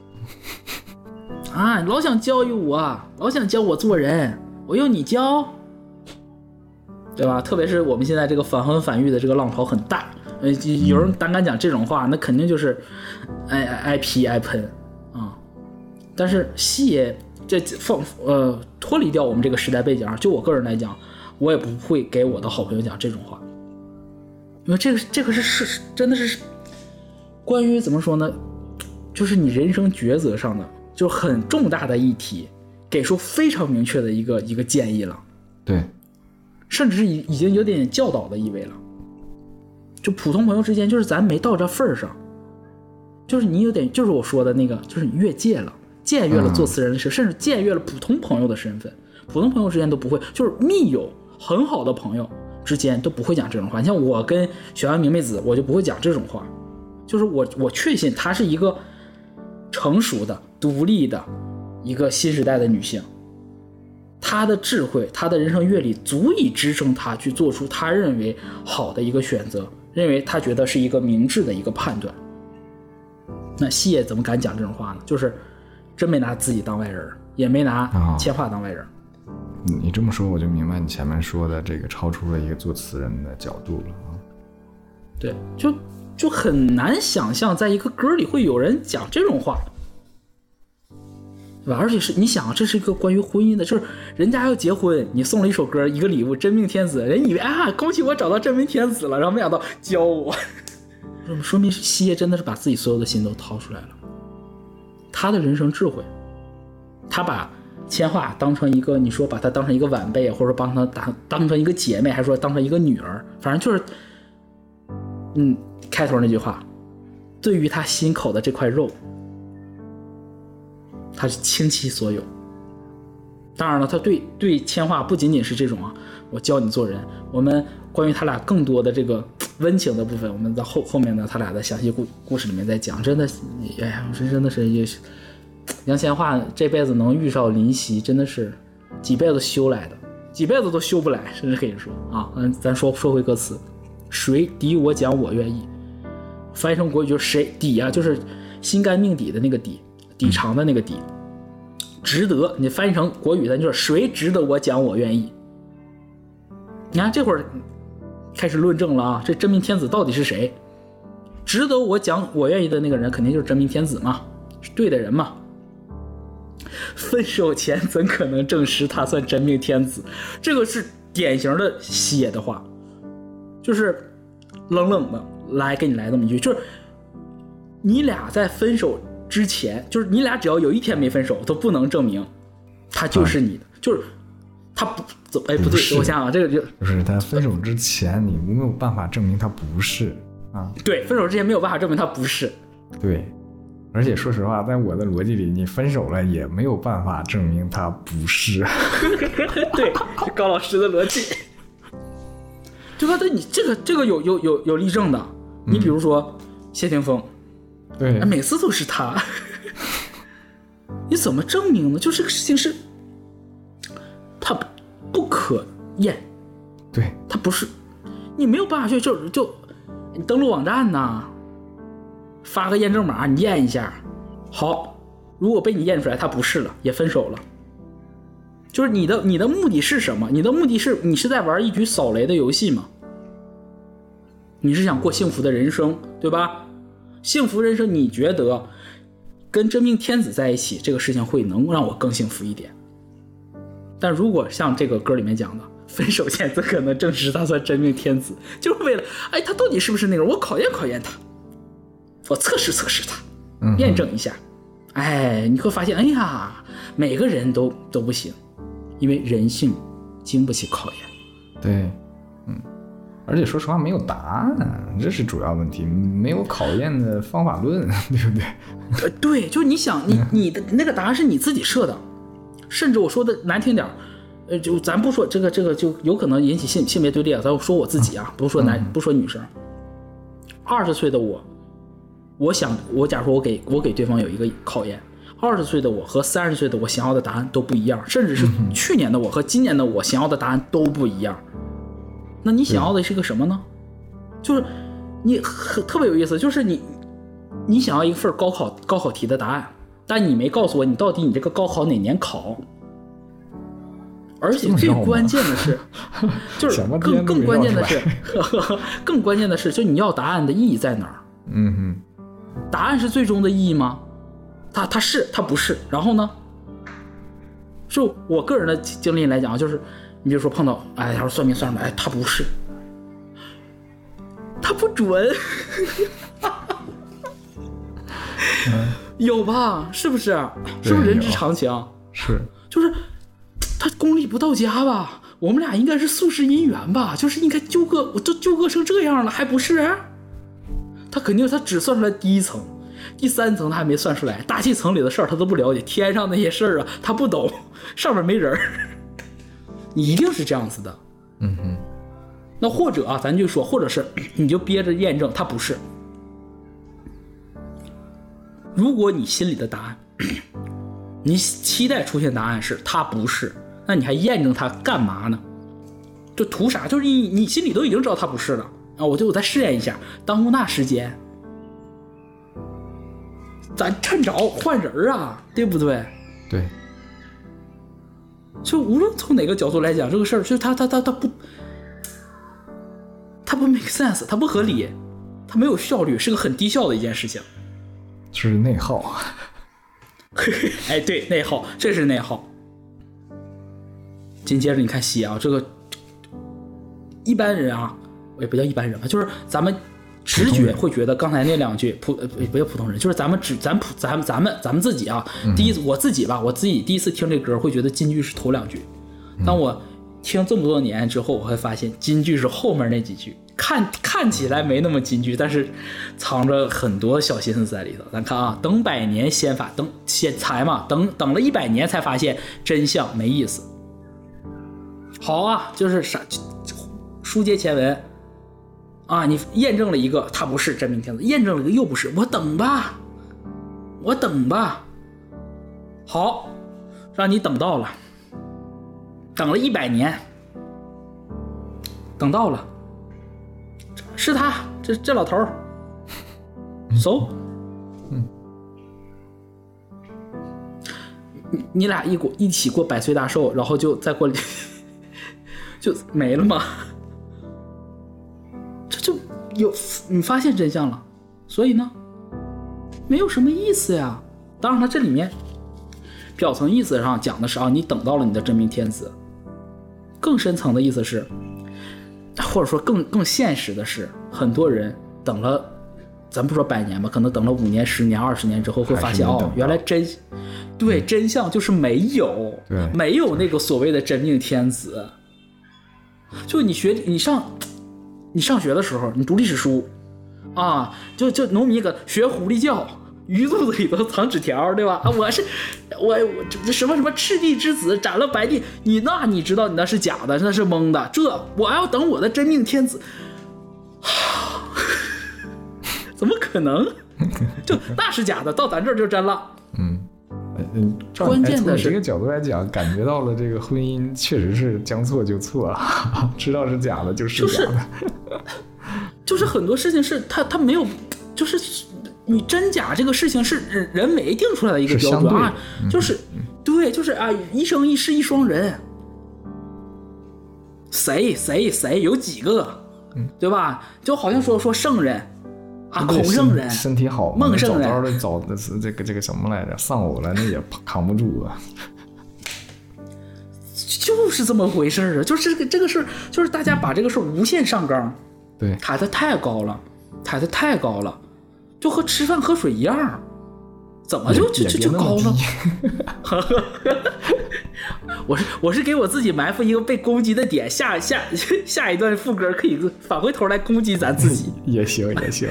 啊，老想教育我，老想教我做人，我用你教，对吧？特别是我们现在这个反婚反育的这个浪潮很大，有人胆敢讲这种话，那肯定就是挨批挨喷啊。但是戏也脱离掉我们这个时代背景，就我个人来讲，我也不会给我的好朋友讲这种话，因为这个是真的是关于怎么说呢，就是你人生抉择上的就很重大的议题，给出非常明确的一个建议了。 对， 甚至是已经有点教导的意味了。就普通朋友之间，就是咱没到这份上，就是你有点，就是我说的那个，就是你越界了，僭越了做词人的事，甚至僭越了普通朋友的身份。普通朋友之间都不会，就是密友很好的朋友之间都不会讲这种话。你像我跟小杨明妹子，我就不会讲这种话。就是我确信她是一个成熟的、独立的一个新时代的女性。他的智慧，他的人生阅历足以支撑他去做出他认为好的一个选择，认为他觉得是一个明智的一个判断。那西野怎么敢讲这种话呢？就是真没拿自己当外人，也没拿千华当外人。 你这么说我就明白你前面说的这个超出了一个做词人的角度了啊。 对，就很难想象在一个歌里会有人讲这种话，对吧？而且是你想，这是一个关于婚姻的，就是人家要结婚，你送了一首歌，一个礼物，真命天子，人以为恭喜我找到真命天子了，然后没想到教我，说明西野真的是把自己所有的心都掏出来了，他的人生智慧，他把千华当成一个，你说把他当成一个晚辈，或者说帮他当成一个姐妹，还是说当成一个女儿，反正就是开头那句话，对于他心口的这块肉，他是倾其所有， 当然了，他对千华不仅仅是这种啊，我教你做人。我们关于他俩更多的这个温情的部分，我们在后面的他俩的详细故事里面再讲。真的，哎呀，真的是也是杨千嬅这辈子能遇上林夕，真的是几辈子修来的，几辈子都修不来，甚至可以说啊。咱说回歌词，谁抵我讲我愿意，翻译成国语就是谁抵啊，就是心甘命抵的那个抵，抵偿的那个抵。值得，你翻译成国语咱就是谁值得我讲我愿意。你看这会儿开始论证了啊，这真命天子到底是谁？值得我讲我愿意的那个人肯定就是真命天子嘛，是对的人嘛。分手前怎可能证实他算真命天子？这个是典型的写的话，就是冷冷的来给你来这么一句，就是你俩在分手之前，就是你俩只要有一天没分手，都不能证明他就是你的，就是他不不对，我想想啊，这个就是他分手之前，你没有办法证明他不是啊。 对，分手之前没有办法证明他不是。 对，而且说实话，在我的逻辑里，你分手了也没有办法证明他不是。 对，高老师的逻辑，对吧？你这个有例证的，你比如说谢霆锋。 对， 每次都是他，你怎么证明呢？就这个事情是，他不可验， 对， 他不是，你没有办法去就你登录网站呐，发个验证码，你验一下，好，如果被你验出来他不是了，也分手了，就是你的目的是什么？你的目的是你是在玩一局扫雷的游戏吗？你是想过幸福的人生，对吧？幸福人生，你觉得跟真命天子在一起，这个事情会能让我更幸福一点。但如果像这个歌里面讲的，分手前怎可能证实他算真命天子，就是为了，哎，他到底是不是那个人？我考验考验他，我测试测试他，验证一下。哎，你会发现，哎呀，每个人都不行，因为人性经不起考验。 对，而且说实话没有答案，这是主要问题，没有考验的方法论，对不对？ 对，就是你想你的那个答案是你自己设的，甚至我说的难听点，就咱不说这个就有可能引起性别对立啊，咱说我自己啊，不说不说女生。20岁的我想我假如说我给对方有一个考验，20岁的我和30岁的我想要的答案都不一样，甚至是去年的我和今年的我想要的答案都不一样。那你想要的是个什么呢？就是你特别有意思，就是你想要一份高考题的答案，但你没告诉我你到底你这个高考哪年考。而且最关键的是，就是更关键的是，更关键的是，就你要答案的意义在哪儿？答案是最终的意义吗？它是它不是？然后呢？就我个人的经历来讲，就是你比如说碰到，哎，他说算命算什么？哎，他不是，他不准，有吧？是不是？是不是人之常情？ 是， 就是他功力不到家吧？我们俩应该是宿世姻缘吧？就是应该纠葛成这样了，还不是？他肯定他只算出来第一层，第3层他还没算出来，大气层里的事儿他都不了解，天上那些事儿啊他不懂，上面没人。你一定是这样子的，那或者啊，咱就说，或者是你就憋着验证他不是。如果你心里的答案，你期待出现答案是他不是，那你还验证他干嘛呢？就图啥？就是你心里都已经知道他不是了啊，我再试验一下，当那时间，咱趁着换人啊，对不对？ 对。 就无论从哪个角度来讲，这个事儿就它不 make sense， 它不合理，它没有效率，是个很低效的一件事情。 是内耗。 哎，对，内耗，这是内耗。紧接着你看戏啊，这个一般人啊，也不叫一般人吧，就是咱们直觉会觉得刚才那两句不叫普通人，就是咱们自己啊，我自己第一次听这歌会觉得金句是头2句，当我听这么多年之后，我会发现金句是后面那几句， 看起来没那么金句，但是藏着很多小心思在里头。咱看啊，等百年先发，才嘛，等了100年才发现真相，没意思。好啊，就是啥书接前文啊，你验证了一个他不是真命天子，验证了一个又不是，我等吧。好，让你等到了，等了100年，等到了，是他，这老头儿，走，你俩一起过100岁大寿，然后就再过就没了吗？这就你发现真相了，所以呢，没有什么意思呀。当然，他这里面表层意思上讲的是啊，你等到了你的真命天子。更深层的意思是，或者说更现实的是，很多人等了，咱不说100年吧，可能等了5年、10年、20年之后，会发现哦，原来真相就是没有那个所谓的真命天子。就你上学的时候，你读历史书啊，就农民个学狐狸叫，鱼肚子里头藏纸条，对吧？啊，我这什么赤地之子斩了白帝，你知道你那是假的，那是蒙的。我要等我的真命天子，怎么可能？就那是假的，到咱这儿就真了。关键的是从这个角度来讲，感觉到了这个婚姻确实是将错就错了，知道是假的就是假的。 就是很多事情是他没有，就是你真假这个事情是人为定出来的一个标准啊，就是对，就是啊，一生一世一双人，谁有几个，对吧？就好像说圣人。啊，孔圣人身体好， 孟圣人早的这个什么来着？丧偶了，那也扛不住啊。 就是这么回事啊，就是这个事儿，就是大家把这个事儿无限上纲， 对， 抬得太高了，就和吃饭喝水一样，怎么就高了？我是给我自己埋伏一个被攻击的点，下一段副歌可以返回头来攻击咱自己， 也行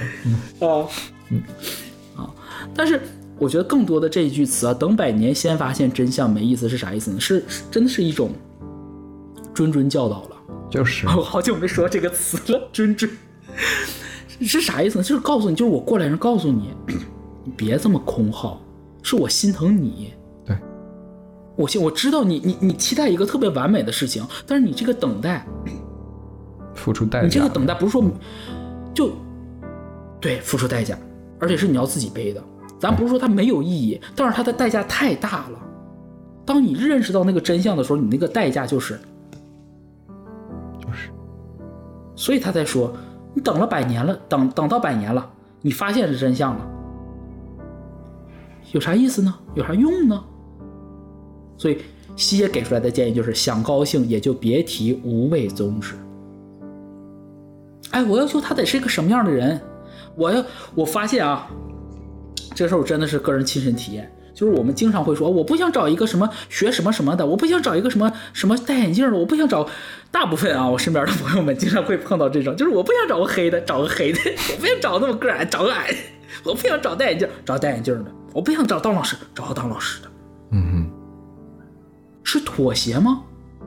但是我觉得更多的这一句词啊，等100年先发现真相没意思是啥意思呢？是真的是一种谆教导了， 就是我好久没说这个词了，谆是啥意思呢？就是告诉你，就是我过来人告诉你，你别这么空耗，是我心疼你。 对， 我知道你期待一个特别完美的事情，但是你这个等待， 付出代价， 你这个等待不是说就对付出代价，而且是你要自己背的。咱不是说它没有意义，但是它的代价太大了。当你认识到那个真相的时候，你那个代价就是，所以他在说，你等了100年了，等到100年了，你发现是真相了，有啥意思呢？有啥用呢？所以西野给出来的建议就是，想高兴也就别提无谓宗旨。哎，我要求他得是一个什么样的人？我发现啊，这时候真的是个人亲身体验，就是我们经常会说，我不想找一个什么学什么的，我不想找一个什么戴眼镜的，我不想找。大部分啊，我身边的朋友们经常会碰到这种，就是我不想找个黑的，找个黑的；我不想找那么个矮，找个矮；我不想找戴眼镜，找戴眼镜的；我不想找当老师，找个当老师的。是妥协吗？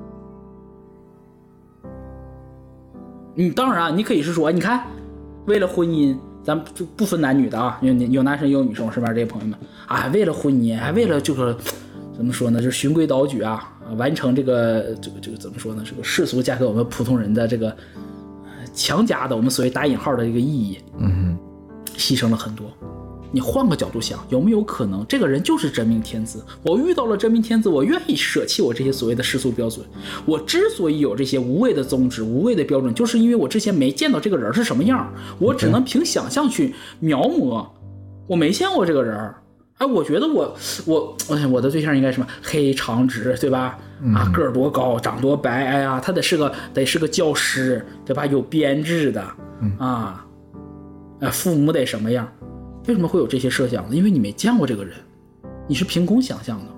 当然啊，你可以是说，你看，为了婚姻，咱就不分男女的啊，有男生也有女生，我身边这些朋友们啊，为了婚姻，还为了这个怎么说呢，就是循规蹈矩啊，完成这个怎么说呢，这个世俗嫁给我们普通人的这个强加的我们所谓打引号的这个意义，牺牲了很多。你换个角度想，有没有可能这个人就是真命天子？我遇到了真命天子，我愿意舍弃我这些所谓的世俗标准。我之所以有这些无谓的宗旨、无谓的标准，就是因为我之前没见到这个人是什么样，我只能凭想象去描摹。我没见过这个人，哎，我觉得我的对象应该什么黑长直，对吧？啊，个儿多高，长多白，哎呀，他得是个教师，对吧？有编制的，啊，父母得什么样？为什么会有这些设想呢？因为你没见过这个人，你是凭空想象的。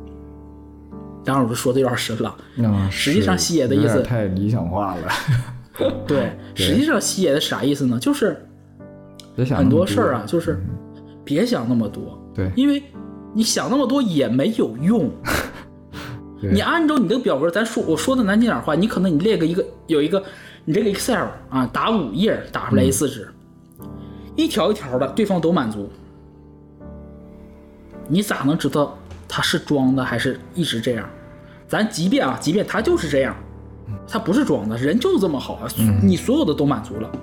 当然，我说的有点深了。实际上，西野的意思太理想化了。 对，实际上写的啥意思呢？就是很多事儿啊，就是别想那么多。 对， 因为你想那么多也没有用。你按照你这个表格，我说的难听点话，你可能你列个有一个你这个 Excel 啊，打5页打出来A4纸，一条一条的，对方都满足，你咋能知道他是装的还是一直这样？咱即便他就是这样，他不是装的，人就是这么好啊，你所有的都满足了，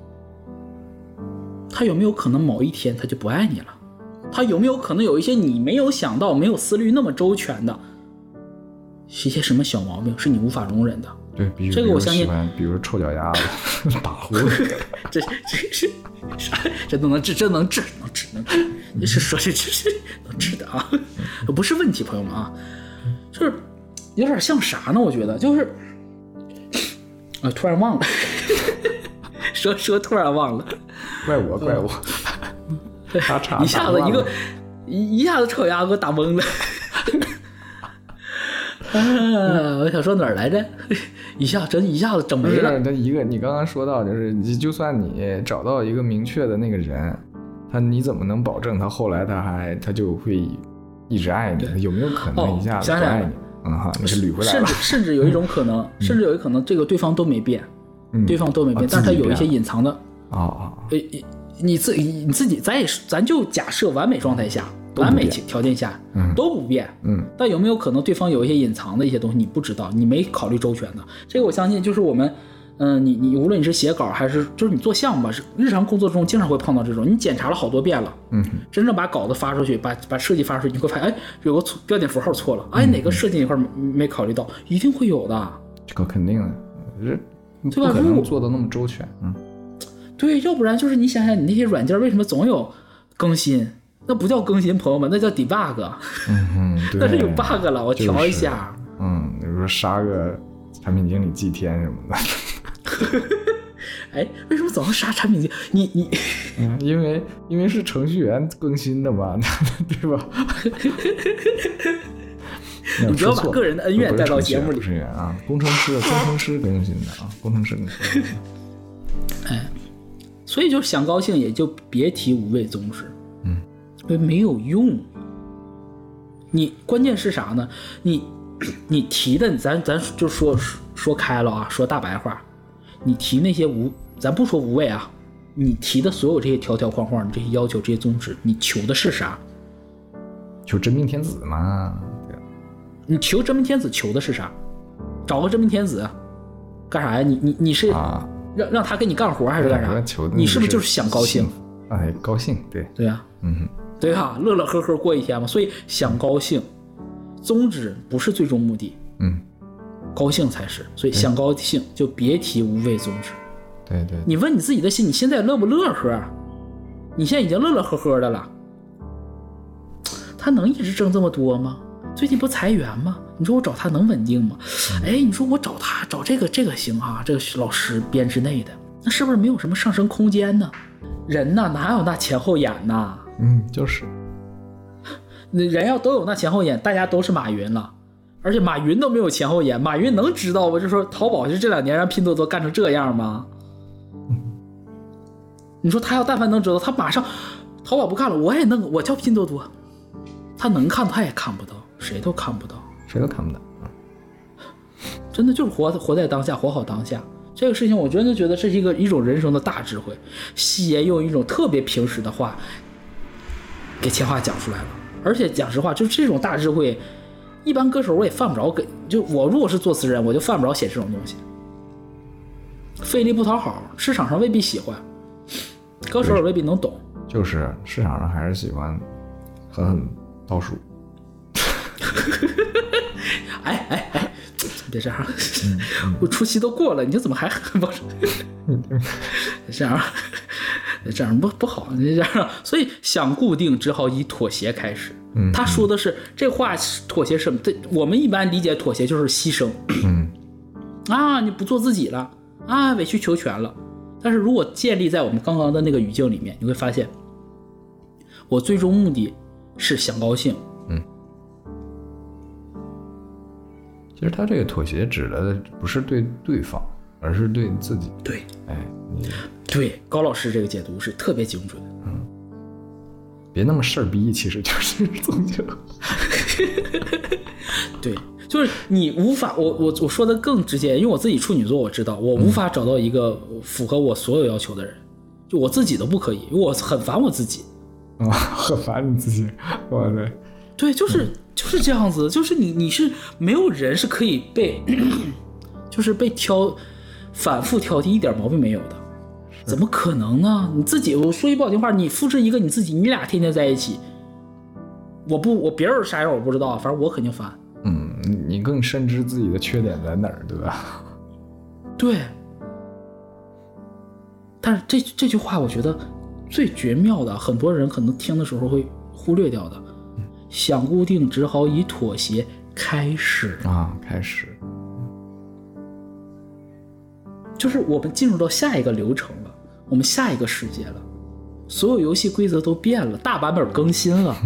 他有没有可能某一天他就不爱你了？他有没有可能有一些你没有想到、没有思虑那么周全的一些什么小毛病是你无法容忍的？ 对，这个我相信，比如臭脚丫子、打呼， 这是啥？这都能治，这能治。你是说这是能治的啊？不是问题，朋友们啊，就是有点像啥呢？我觉得就是突然忘了，说突然忘了， 怪我， 一下子臭牙给我打懵了。我想说哪儿来着？一下子整没了。 这一个你刚刚说到，就算你找到一个明确的那个人，你怎么能保证他后来他就会一直爱你？有没有可能一下子不爱你？你是捋回来了。 甚至有一种可能，这个对方都没变，但是他有一些隐藏的你自己，咱就假设完美状态下。完美条件下都不变，但有没有可能对方有一些隐藏的一些东西你不知道，你没考虑周全的？这个我相信就是我们，你无论你是写稿还是就是你做项目吧，日常工作中经常会碰到这种，你检查了好多遍了，真正把稿子发出去，把设计发出去，你会发现，有个标点符号错了，哪个设计一块没考虑到，一定会有的。 这个肯定的， 对吧？ 不可能做的那么周全， 对，要不然就是你想想，你那些软件为什么总有更新？那不叫更新，朋友们，那叫 debug。那是有 bug 了，我调一下。 比如说杀个产品经理祭天什么的。 为什么总要杀产品经理？你因为是程序员更新的嘛，对吧？ 你不要把个人的恩怨带到节目里。 工程师更新的啊，工程师更新的。 所以就想高兴也就别提无谓宗旨。没有用。你关键是啥呢？你提的，咱就说开了啊，说大白话，你提那些咱不说无谓啊，你提的所有这些条条框框，这些要求，这些宗旨，你求的是啥？ 求真命天子嘛。 你求真命天子求的是啥？找个真命天子干啥呀？你是让他给你干活还是干啥？你是不是就是想高兴？ 高兴， 对啊，对吧？乐乐呵呵过一天嘛，所以想高兴，宗旨不是最终目的，高兴才是。所以想高兴就别提无谓宗旨。 对， 你问你自己的心，你现在乐不乐呵？你现在已经乐乐呵呵的了，他能一直挣这么多吗？最近不裁员吗？你说我找他能稳定吗？你说我找这个行啊，这个老师编制内的，那是不是没有什么上升空间呢？人呐，哪有那前后眼呐？ 就是人要都有那前后眼，大家都是马云了，而且马云都没有前后眼，马云能知道吗？就说淘宝是这2年让拼多多干成这样吗？你说他要但凡能知道，他马上淘宝不干了，我叫拼多多，他能看他也看不到，谁都看不到，真的就是活在当下，活好当下。这个事情我真的觉得这是一种人生的大智慧，西爷用一种特别平实的话给切话讲出来了。而且讲实话，就这种大智慧，一般歌手我也犯不着就我如果是作词人，我就犯不着写这种东西，费力不讨好，市场上未必喜欢，歌手也未必能懂， 就是市场上还是喜欢狠狠倒数。 别这样，我除夕都过了，你就怎么还不这样不好，你这样，所以想固定只好以妥协开始。他说的是这话，妥协什么？我们一般理解妥协就是牺牲。你不做自己了啊，委曲求全了。但是如果建立在我们刚刚的那个语境里面，你会发现，我最终目的是想高兴。 其实他这个妥协指的不是对对方， 而是对你自己。 对，对，高老师这个解读是特别精准的。 别那么事儿逼，其实就是宗教。 对，就是你无法，我说的更直接，因为我自己处女座，我知道我无法找到一个符合我所有要求的人，就我自己都不可以，因为我很烦我自己。 很烦你自己，我的。 对，就是这样子，就是你是没有人是可以被，就是被反复挑剔，一点毛病没有的。怎么可能呢？你自己，我说一不好听话，你复制一个你自己，你俩天天在一起，我别人啥样我不知道，反正我肯定烦。 你更深知自己的缺点在哪儿，对吧？ 对。但是这句话我觉得最绝妙的，很多人可能听的时候会忽略掉的，想固定只好以妥协开始啊，开始。 就是我们进入到下一个流程了，我们下一个世界了，所有游戏规则都变了，大版本更新了。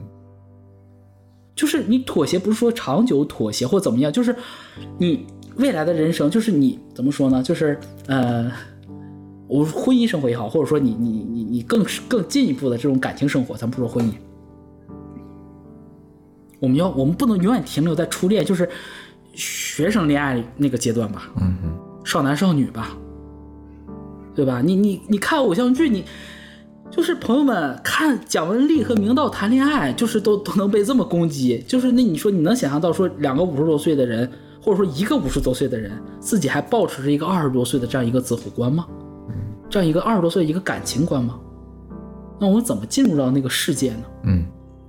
就是你妥协不是说长久妥协或怎么样，就是你未来的人生，就是你怎么说呢？就是我婚姻生活也好，或者说你更进一步的这种感情生活，咱不说婚姻，我们不能永远停留在初恋，就是学生恋爱那个阶段吧。少男少女吧，对吧？你看偶像剧，你就是朋友们看蒋雯丽和明道谈恋爱，就是都能被这么攻击，就是那你说你能想象到说两个50多岁的人，或者说一个50多岁的人，自己还保持着一个20多岁的这样一个子虎观吗？这样一个20多岁的一个感情观吗？那我们怎么进入到那个世界呢？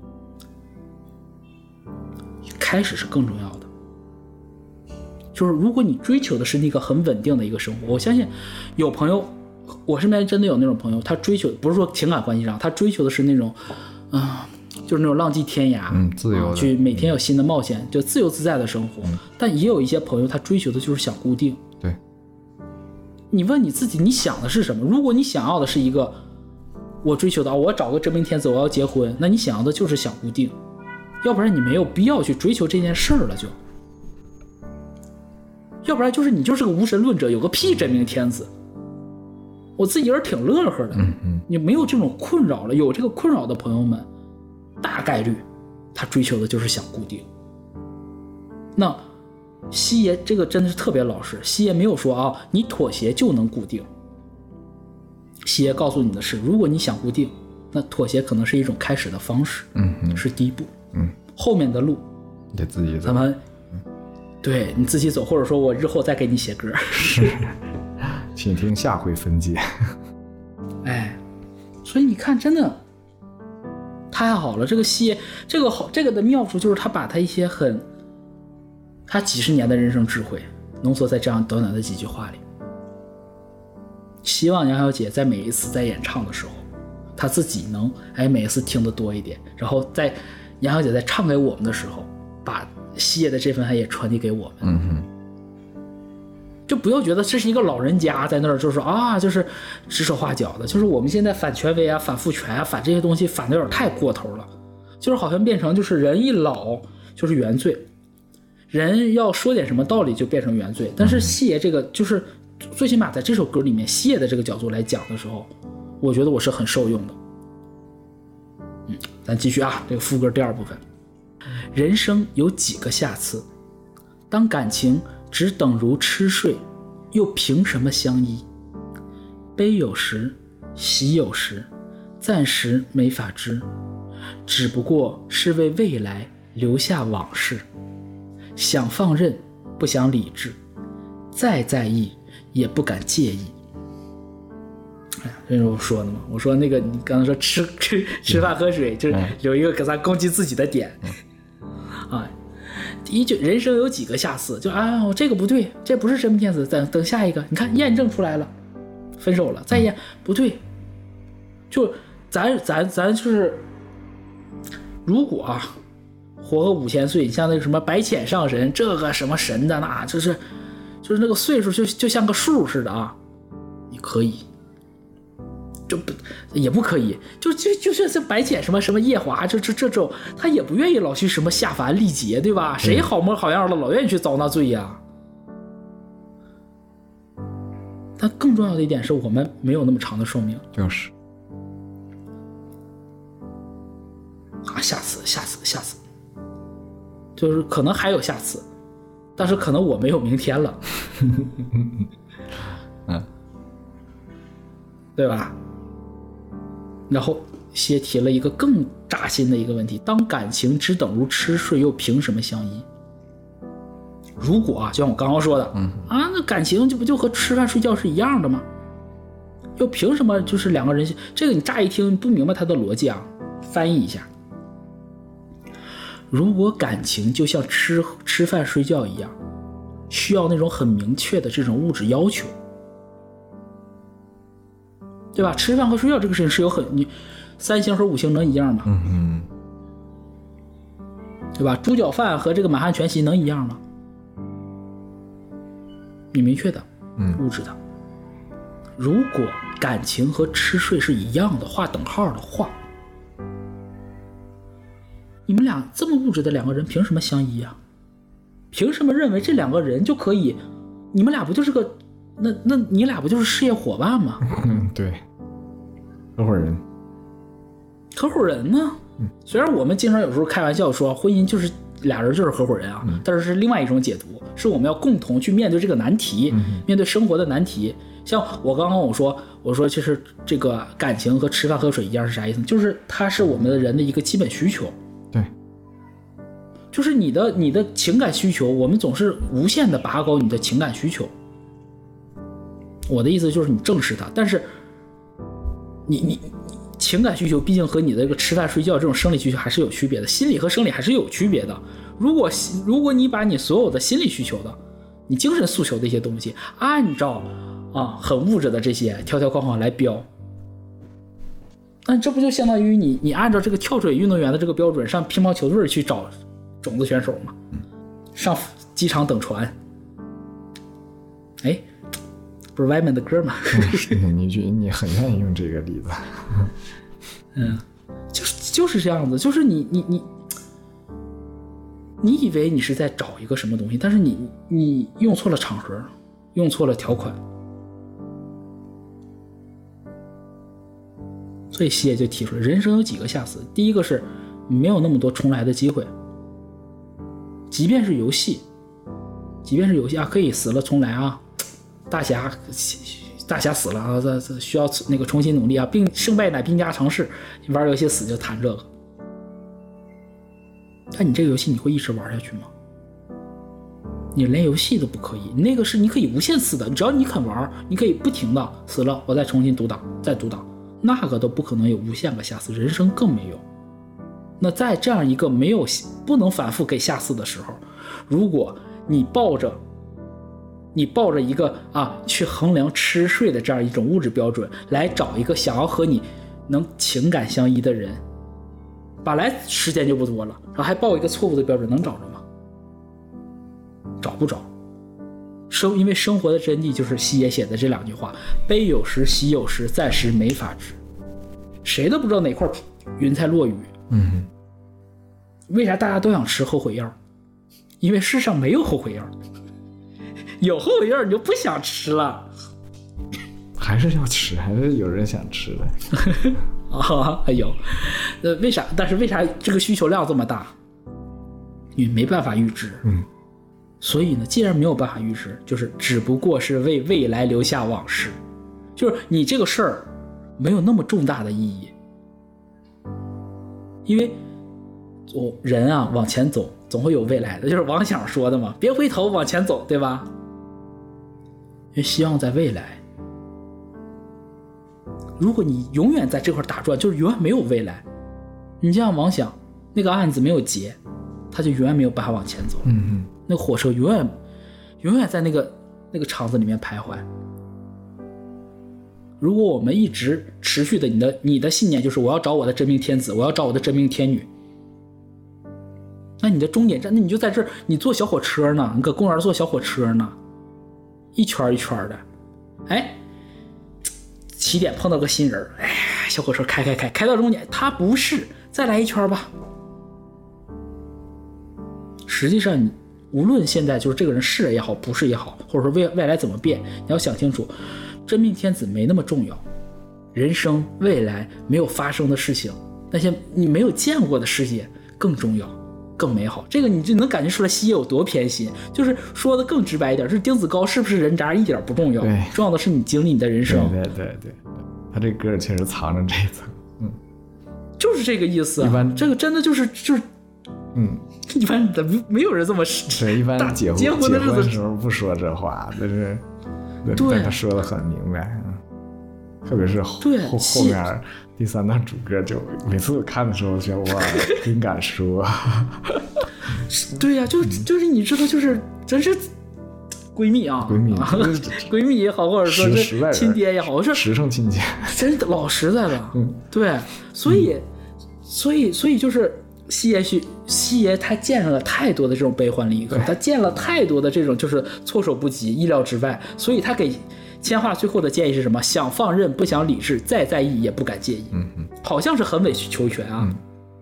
开始是更重要的。就是如果你追求的是那个很稳定的一个生活，我相信有朋友，我身边真的有那种朋友，他追求不是说情感关系上，他追求的是那种就是那种浪迹天涯， 自由的， 去每天有新的冒险，就自由自在的生活。但也有一些朋友，他追求的就是想固定。 对， 你问你自己，你想的是什么？如果你想要的是一个，我追求的我找个真命天子，我要结婚，那你想要的就是想固定，要不然你没有必要去追求这件事儿了，要不然就是你就是个无神论者，有个屁真命天子。我自己也是挺乐呵的。你没有这种困扰了，有这个困扰的朋友们，大概率他追求的就是想固定。那西爷这个真的是特别老实，西爷没有说你妥协就能固定。西爷告诉你的是，如果你想固定，那妥协可能是一种开始的方式，是第一步。后面的路你得自己走， 咱们对你自己走，或者说我日后再给你写歌。 是，请听下回分解。 所以你看，真的太好了。这个西爷，这个的妙处就是他把他一些他几十年的人生智慧浓缩在这样短短的几句话里。希望杨小姐在每一次在演唱的时候，她自己能每一次听得多一点，然后在杨小姐在唱给我们的时候，把西爷的这份爱也传递给我们。就不要觉得这是一个老人家在那儿就是就是指手画脚的，就是我们现在反权威啊、反父权啊、反这些东西反的有点太过头了，就是好像变成就是人一老就是原罪，人要说点什么道理就变成原罪。但是西爷这个就是最起码在这首歌里面，西爷的这个角度来讲的时候，我觉得我是很受用的。咱继续这个副歌第二部分。人生有几个下次，当感情只等如吃睡，又凭什么相依？悲有时，喜有时，暂时没法知，只不过是为未来留下往事。想放任，不想理智，再在意也不敢介意。这是我说的嘛？我说那个你刚才说吃饭喝水，就是有一个给咱攻击自己的点。第一句，人生有几个下次，就这个不对，这不是真命天子，等下一个，你看验证出来了，分手了，再验不对，就咱就是，如果活个5000岁，你像那个什么白浅上神，这个什么神的，那就是那个岁数就像个数似的你可以。也不可以，就是白浅什么夜华，这种他也不愿意老去什么下凡历劫，对吧？谁好模好样的老愿意去遭那罪呀？ 但更重要的一点是我们没有那么长的寿命。 就是下次，就是可能还有下次，但是可能我没有明天了。对吧？然后谢提了一个更扎心的一个问题：当感情只等如吃睡，又凭什么相依？如果就像我刚刚说的，那感情不就和吃饭睡觉是一样的吗？又凭什么就是两个人？这个你乍一听不明白它的逻辑啊，翻译一下。如果感情就像吃饭睡觉一样，需要那种很明确的这种物质要求，对吧？吃饭和睡觉这个事情是有你3星和5星能一样吗？对吧？猪脚饭和这个满汉全席能一样吗？你明确的，物质的。如果感情和吃睡是一样的，画等号的话，你们俩这么物质的两个人凭什么相依啊？凭什么认为这两个人就可以？你们俩不就是个那你俩不就是事业伙伴吗？ 对，合伙人呢？虽然我们经常有时候开玩笑说婚姻就是俩人就是合伙人啊，但是是另外一种解读，是我们要共同去面对这个难题，面对生活的难题。像我刚刚我说其实这个感情和吃饭喝水一样是啥意思？就是它是我们的人的一个基本需求。 对， 就是你的情感需求，我们总是无限的拔高你的情感需求。我的意思就是你正视它，但是你情感需求毕竟和你的这个吃饭睡觉这种生理需求还是有区别的，心理和生理还是有区别的。如果你把你所有的心理需求的、你精神诉求的一些东西，按照很物质的这些条条框框来标，那这不就相当于你按照这个跳水运动员的这个标准上乒乓球队去找种子选手吗？上机场等船。哎，不是歪门的歌吗？ 你很愿意用这个例子。 就是这样子，就是你以为你是在找一个什么东西，但是你用错了场合，用错了条款。所以西野就提出了人生有几个下次，第一个是没有那么多重来的机会，即便是游戏可以死了重来啊，大侠死了啊，这需要那个重新努力啊，胜败乃兵家常事，你玩游戏死就谈这个。但你这个游戏你会一直玩下去吗？你连游戏都不可以，那个是你可以无限次的，只要你肯玩，你可以不停的死了我再重新读档，再读档，那个都不可能有无限个下次，人生更没有。那在这样一个不能反复给下次的时候，如果你抱着一个去衡量吃睡的这样一种物质标准来找一个想要和你能情感相依的人，本来时间就不多了，然后还抱一个错误的标准，能找着吗？找不着。因为生活的真谛就是西野写的这2句话：悲有时，喜有时，暂时没法治。谁都不知道哪块云彩落雨。为啥大家都想吃后悔药？因为世上没有后悔药，有后悔药你就不想吃了。 还是要吃，还是有人想吃的。 有。为啥？但是为啥这个需求量这么大？你没办法预知。所以呢，既然没有办法预知，就是只不过是为未来留下往事，就是你这个事儿没有那么重大的意义。因为人往前走总会有未来的，就是王想说的嘛，别回头往前走，对吧？因为希望在未来。如果你永远在这块打转，就是永远没有未来。你就像王想那个案子没有结，他就永远没有办法往前走。那个火车永远在那个场子里面徘徊。如果我们一直持续的你的信念就是我要找我的真命天子，我要找我的真命天女，那你的终点站，那你就在这儿，你坐小火车呢，你搁公园坐小火车呢，一圈一圈的，起点碰到个新人，小火车开到终点，他不是，再来一圈吧。实际上无论现在就是这个人是也好不是也好，或者说未来怎么变，你要想清楚， 真命天子没那么重要，人生未来没有发生的事情，那些你没有见过的世界更重要更美好。这个你就能感觉出来西野有多偏心，就是说的更直白一点，就是丁子高是不是人渣一点不重要，重要的是你经历你的人生。 对，他这歌确实藏着这一层， 就是这个意思。一般这个真的就是一般没有人这么对，一般结婚的日子时候不说这话，但他说的很明白，特别是后面第3段主歌，就每次看的时候觉得哇，真敢说。 对呀，就是你知道，就是真是闺蜜啊，闺蜜也好，或者说是亲爹也好，是实诚亲戚， 真的老实在了。对，所以就是西爷他见了太多的这种悲欢离合，他见了太多的这种就是措手不及、意料之外，所以他给千华最后的建议是什么？想放任不想理智，再在意也不敢介意。好像是很委曲求全啊。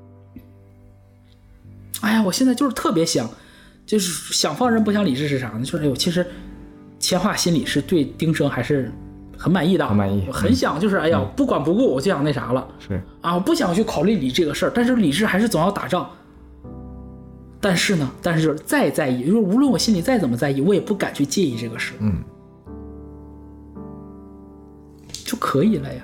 哎呀，我现在就是特别就是想放任不想理智是啥呢？就是其实千华心里是对丁生还是很满意的， 很满意， 很想就是哎呀，不管不顾，我就想那啥了， 是啊，我不想去考虑理这个事儿，但是理智还是总要打仗。但是就是再在意，就是无论我心里再怎么在意，我也不敢去介意这个事，就可以了呀。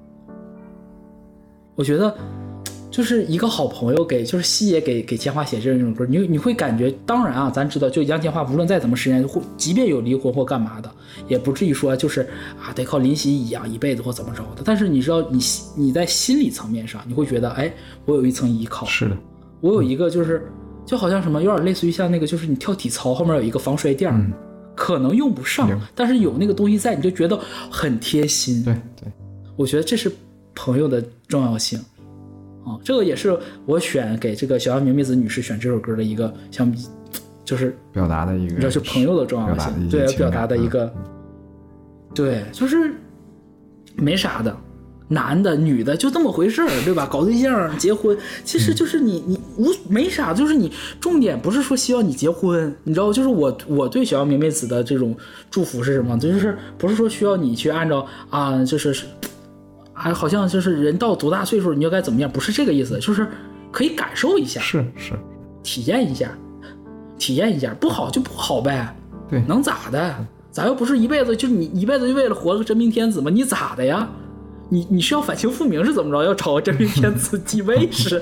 我觉得就是一个好朋友就是西野给千华写这种歌，你会感觉，当然啊，咱知道，就杨千华无论再怎么时间，即便有离婚或干嘛的，也不至于说就是啊得靠林夕一样一辈子或怎么着的。但是你知道，你在心理层面上，你会觉得，哎，我有一层依靠， 是的， 我有一个就好像什么，有点类似于像那个，就是你跳体操后面有一个防摔垫，可能用不上，但是有那个东西在，你就觉得很贴心。 对， 我觉得这是朋友的重要性。这个也是我选给这个小杨明美子女士选这首歌的一个就是表达的一个， 就是朋友的重要性，对，表达的一个，对，就是没啥的，男的女的就这么回事儿，对吧？搞对象结婚，其实就是你没啥，就是你重点不是说希望你结婚，你知道，就是我对小杨明美子的这种祝福是什么？就是不是说需要你去按照啊，就是还好像就是人到多大岁数你就该怎么样，不是这个意思，就是可以感受一下， 是体验一下，不好就不好呗， 对， 能咋的？咱又不是一辈子，就你一辈子就为了活个真命天子吗？你咋的呀？你是要反清复明是怎么着？要找个真命天子继位是，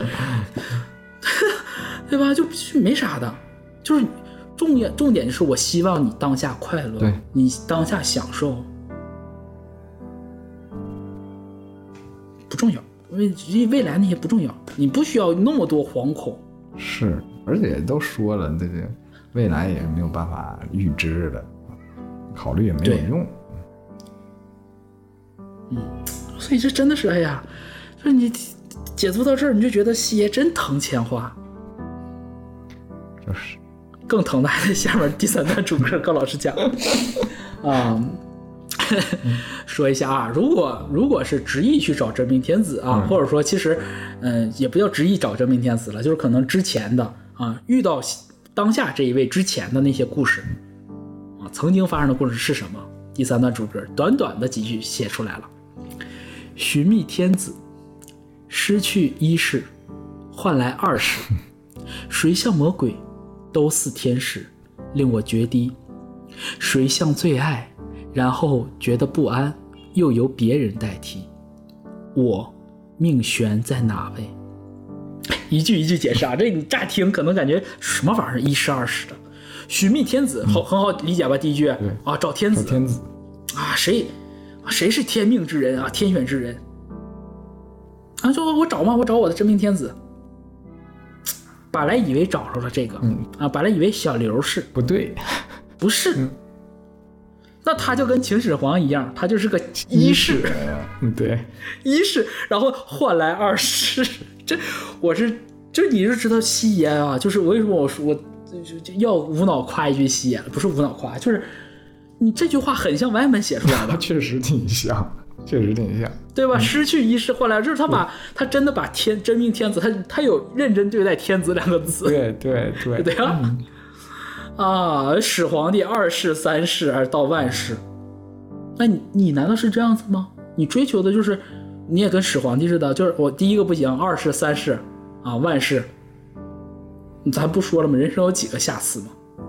对吧？就没啥的，就是重点就是我希望你当下快乐， 对， 你当下享受。不重要，未来那些不重要，你不需要那么多惶恐。 是，而且都说了，这未来也没有办法预知的，考虑也没有用。 所以这真的是，哎呀，就是你解读到这儿，你就觉得西爷真疼千华， 就是更疼的还在下面第3段主歌，高老师讲啊。说一下啊，如果是执意去找真命天子啊，或者说其实也不叫执意找真命天子了，就是可能之前的啊，遇到当下这一位之前的那些故事啊，曾经发生的故事是什么？第3段主歌短短的几句写出来了：寻觅天子，失去1世，换来2世，谁像魔鬼，都似天使，令我决堤；谁像最爱，然后觉得不安，又由别人代替。我命悬在哪位？一句一句解释啊，这你乍听可能感觉什么玩意儿1世2世的。寻觅天子，很好理解吧？第一句啊，找天子啊，谁是天命之人啊？天选之人啊？就我找吗？我找我的真命天子。本来以为找着了这个，本来以为小刘是不对， 不是。那他就跟秦始皇一样，他就是个1世， 对 ，1世，然后换来2世。这你是知道西爷啊，就是为什么我要无脑夸一句西爷，不是无脑夸，就是你这句话很像文言文写出来的， 确实挺像， 对吧？失去1世换来，就是他真的把真命天子，他有认真对待天子2个字，对啊。啊，始皇帝2世3世而到万世， 那你难道是这样子吗？你追求的就是你也跟始皇帝似的，就是我第一个不行，二世三世啊，万世，咱不说了吗？人生有几个下次吗？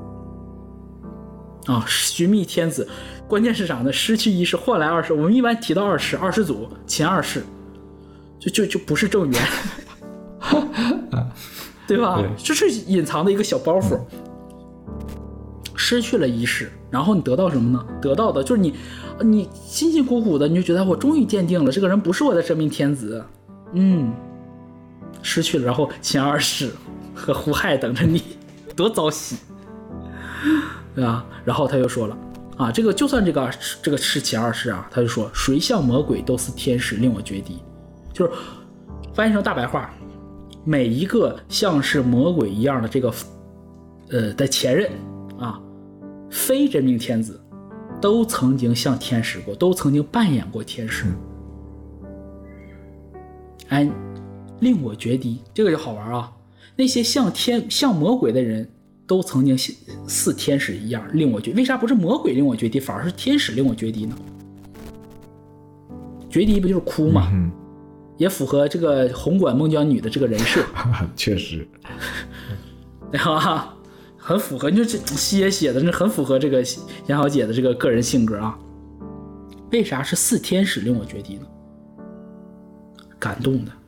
啊，寻觅天子，关键是啥呢？失去一世换来二世。我们一般提到二世祖秦二世，就不是正缘，对吧？对，这是隐藏的一个小包袱。失去了一世，然后你得到什么呢？得到的就是你辛辛苦苦的，你就觉得我终于鉴定了这个人不是我的真命天子，失去了，然后秦二世和胡亥等着你，多糟心，对吧？然后他又说了啊，这个就算这个是秦二世啊，他就说谁像魔鬼都似天使，令我决堤，就是翻译成大白话，每一个像是魔鬼一样的这个的前任啊，非真命天子都曾经像天使过，都曾经扮演过天使，哎，令我决堤，这个就好玩啊！那些像魔鬼的人都曾经似天使一样令我决，为啥不是魔鬼令我决堤，反而是天使令我决堤呢？决堤不就是哭吗？也符合这个红馆孟姜女的这个人设， 确实， 对吧？很符合，你就西野写的，很符合这个杨小姐的这个个人性格啊。为啥是似天使令我决堤呢？感动的，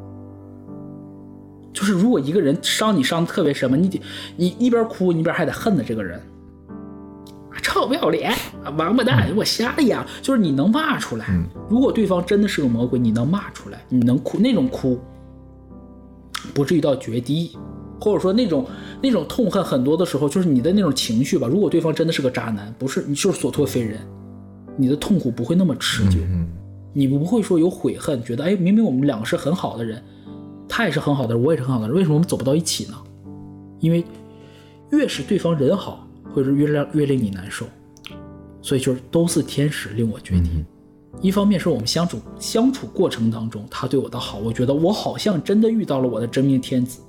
就是如果一个人伤你伤的特别深嘛，你一边哭你一边还得恨的这个人，臭不要脸，王八蛋，我瞎了眼，就是你能骂出来。如果对方真的是个魔鬼，你能骂出来，你能哭，那种哭不至于到决堤。或者说那种痛恨，很多的时候就是你的那种情绪吧。如果对方真的是个渣男，不是你就是所托非人，你的痛苦不会那么持久，你不会说有悔恨，觉得哎，明明我们两个是很好的人，他也是很好的人，我也是很好的人，为什么我们走不到一起呢？因为越是对方人好，会是越令你难受。所以就是都是天使令我决堤。一方面是我们相处过程当中，他对我的好，我觉得我好像真的遇到了我的真命天子。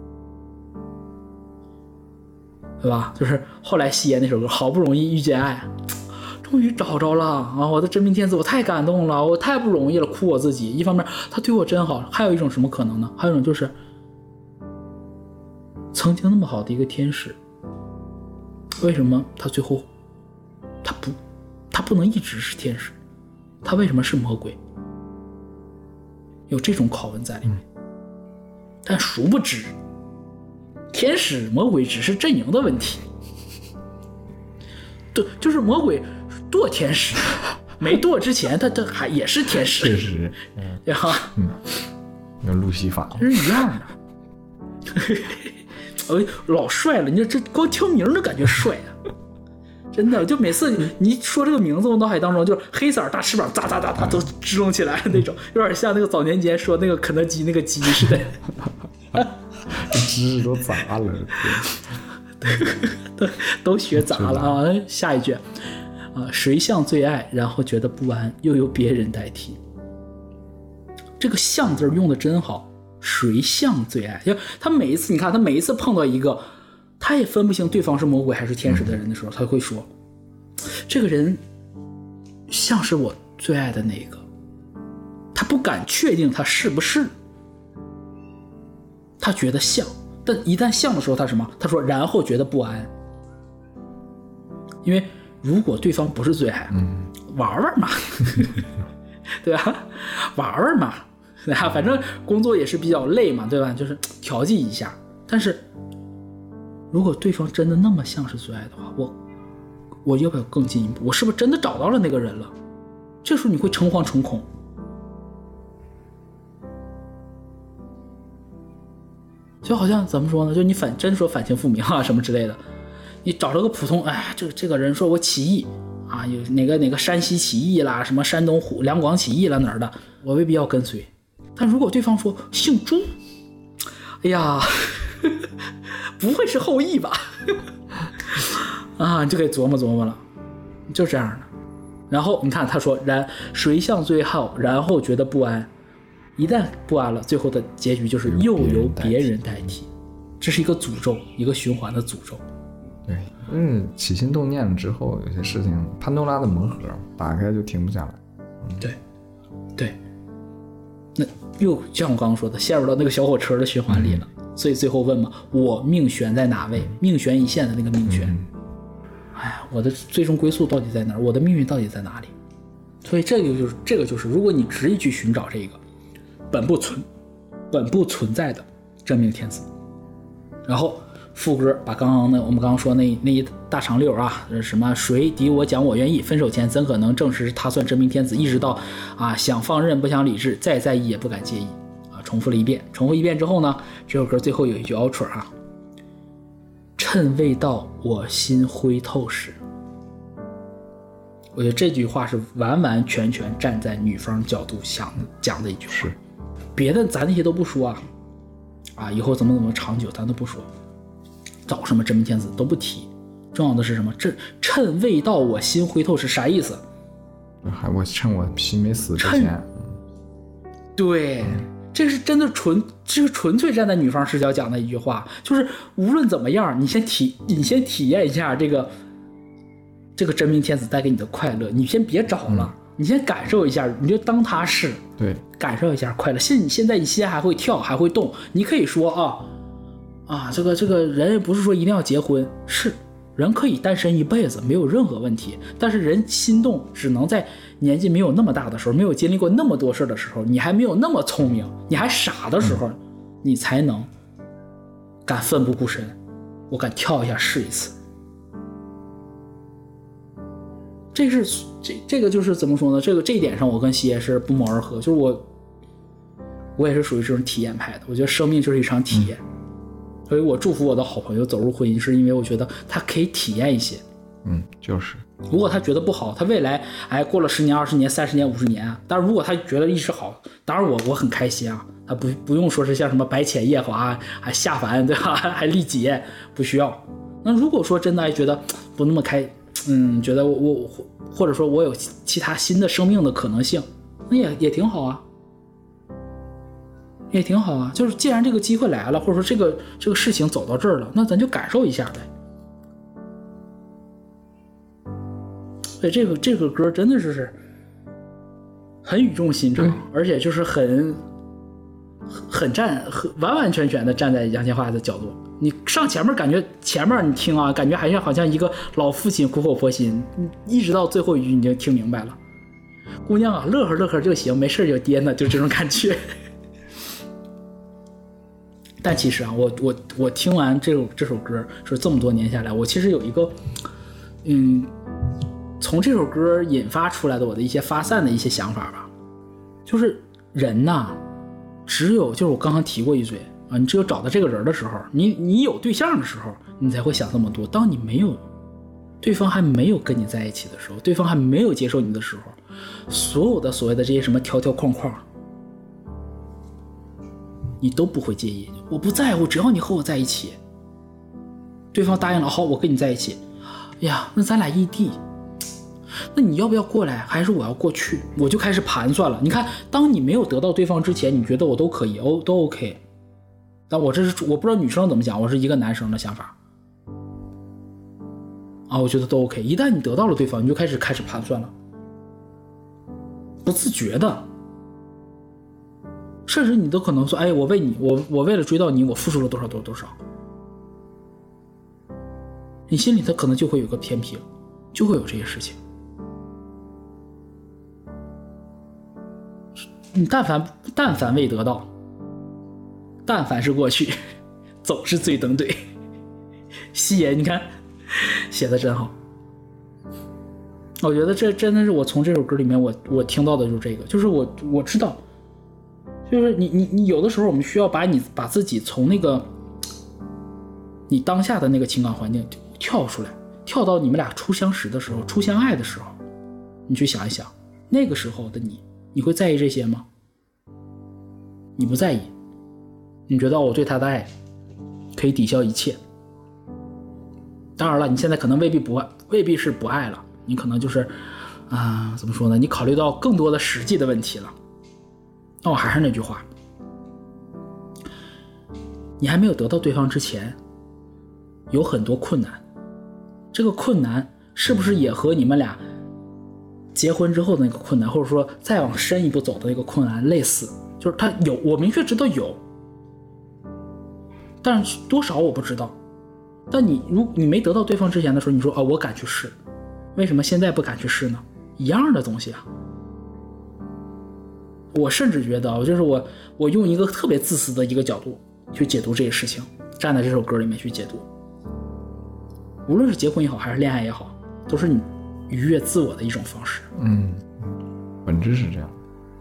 对吧？就是后来西野那首歌，好不容易遇见爱，终于找着了啊！我的真命天子，我太感动了，我太不容易了，哭我自己。一方面他对我真好，还有一种什么可能呢？还有一种就是曾经那么好的一个天使，为什么他最后他不能一直是天使，他为什么是魔鬼？有这种拷问在里面。但殊不知天使魔鬼只是阵营的问题，对，就是魔鬼堕天使，没堕之前他还也是天使， 确实， 对吧？ 那路西法是一样的。老帅了，你这光听名就感觉帅啊！真的，就每次你说这个名字，我脑海当中就是黑色大翅膀，哒哒哒哒都支棱起来的那种，有点像那个早年间说那个肯德基那个鸡似的。 知识都杂了， 都学杂了啊！下一句啊，谁像最爱，然后觉得不安，又由别人代替。这个像字用的真好，谁像最爱？他每一次，你看他每一次碰到一个他也分不清对方是魔鬼还是天使的人的时候，他会说这个人像是我最爱的那个，他不敢确定他是不是，他觉得像，但一旦像的时候，他什么？他说然后觉得不安，因为如果对方不是最爱，玩玩嘛，对吧？玩玩嘛，反正工作也是比较累嘛，对吧？就是调剂一下。但是如果对方真的那么像是最爱的话，我要不要更进一步？我是不是真的找到了那个人了？这时候你会诚惶诚恐。就好像怎么说呢？就你真说反清复明啊什么之类的，你找着个普通，哎，这个人说我起义啊，有哪个山西起义啦，什么山东两广起义啦哪儿的，我未必要跟随。但如果对方说姓朱，哎呀，不会是后羿吧？啊，你就可以琢磨琢磨了，就这样的。然后你看他说谁像最好，然后觉得不安。一旦不安了，最后的结局就是又由别人代替，这是一个诅咒，一个循环的诅咒。 对， 起心动念了之后，有些事情潘多拉的魔盒打开就停不下来。 对，那又像我刚刚说的，陷入到那个小火车的循环里了。所以最后问嘛，我命悬在哪位？命悬一线的那个命悬。哎呀，我的最终归宿到底在哪儿？我的命运到底在哪里？所以这个就是，如果你执意去寻找这个本不存在的真命天子，然后副歌把我们刚刚说那一大长溜啊，什么谁敌我讲我愿意，分手前怎可能证实他算真命天子，一直到想放任不想理智，再在意也不敢介意重复一遍之后呢，这首歌最后有一句 outro 趁未到我心灰透时。我觉得这句话是完完全全站在女方角度讲的一句话， 是别的咱那些都不说以后怎么长久咱都不说，找什么真命天子都不提，重要的是什么？趁未到我心灰透时啥意思？ 我趁我心没死之前。 对，这是真的纯粹站在女方视角讲的一句话，就是无论怎么样，你先体验一下这个真命天子带给你的快乐，你先别找了，你先感受一下，你就当他是， 对， 感受一下快乐。现在你心还会跳，还会动，你可以说这个人也不是说一定要结婚，是人可以单身一辈子，没有任何问题。但是人心动只能在年纪没有那么大的时候，没有经历过那么多事的时候，你还没有那么聪明，你还傻的时候，你才能敢奋不顾身，我敢跳一下试一次。这个就是怎么说呢？这一点上我跟西爷是不谋而合，就是我也是属于这种体验派的，我觉得生命就是一场体验。所以我祝福我的好朋友走入婚姻，是因为我觉得他可以体验一些。 就是如果他觉得不好，他未来过了10年、20年、30年、50年但是如果他觉得一直好，当然我很开心他不用说是像什么白潜夜华还下凡对吧，还历劫，不需要。那如果说真的觉得不那么觉得我或者说我有其他新的生命的可能性，那也挺好也挺好就是既然这个机会来了，或者说这个事情走到这儿了，那咱就感受一下呗。所以这个歌真的是很语重心长，而且就是很完完全全的站在杨千嬅的角度。你上前面感觉前面你听感觉好像一个老父亲苦口婆心，一直到最后一句你就听明白了。姑娘乐呵就行，没事就颠呢，就这种感觉。但其实我听完这首歌，就是这么多年下来，我其实有一个从这首歌引发出来的我的一些发散的一些想法吧。就是人只有就是我刚刚提过一嘴你只有找到这个人的时候，你有对象的时候，你才会想这么多。当你没有对方还没有跟你在一起的时候，对方还没有接受你的时候，所有的所谓的这些什么条条框框你都不会介意，我不在乎，只要你和我在一起。对方答应了，好，我跟你在一起。呀，那咱俩异地，那你要不要过来，还是我要过去？我就开始盘算了。你看，当你没有得到对方之前，你觉得我都可以都 OK。但我不知道女生怎么想，我是一个男生的想法我觉得都 OK。一旦你得到了对方，你就开始盘算了，不自觉的，甚至你都可能说，我为你，我为了追到你，我付出了多少多少。你心里头可能就会有个偏平，就会有这些事情。你但凡未得到，但凡是过去，总是最登对。西爷，你看写的真好。我觉得这真的是我从这首歌里面我听到的就是这个，就是我知道，就是你有的时候我们需要把自己从那个你当下的那个情感环境跳出来，跳到你们俩初相识的时候，初相爱的时候，你去想一想，那个时候的你会在意这些吗？你不在意，你觉得我对他的爱可以抵消一切。当然了，你现在可能未必是不爱了，你可能就是怎么说呢？你考虑到更多的实际的问题了。那我还是那句话，你还没有得到对方之前，有很多困难， 这个困难是不是也和你们俩结婚之后的那个困难，或者说再往深一步走的那个困难类似？就是他有，我明确知道有，但是多少我不知道。但你没得到对方之前的时候，你说我敢去试，为什么现在不敢去试呢？一样的东西啊。我甚至觉得，就是我用一个特别自私的一个角度去解读这些事情，站在这首歌里面去解读。无论是结婚也好，还是恋爱也好，都是你愉悦自我的一种方式。 本质是这样。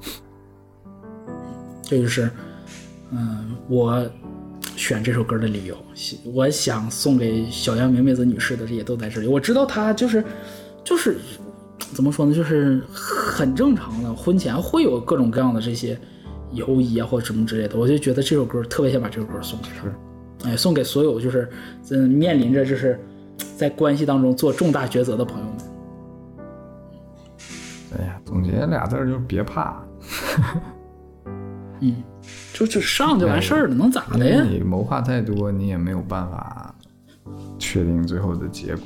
这就是我选这首歌的理由。我想送给小杨明妹子女士的，这也都在这里。我知道她就是怎么说呢，就是很正常的，婚前会有各种各样的这些犹疑啊或者什么之类的。我就觉得这首歌特别想把这首歌送给她，送给所有就是面临着就是在关系当中做重大抉择的朋友们。 哎呀，总结俩字就是别怕。 就上就完事儿了，能咋的呀？ 你谋划太多，你也没有办法确定最后的结果。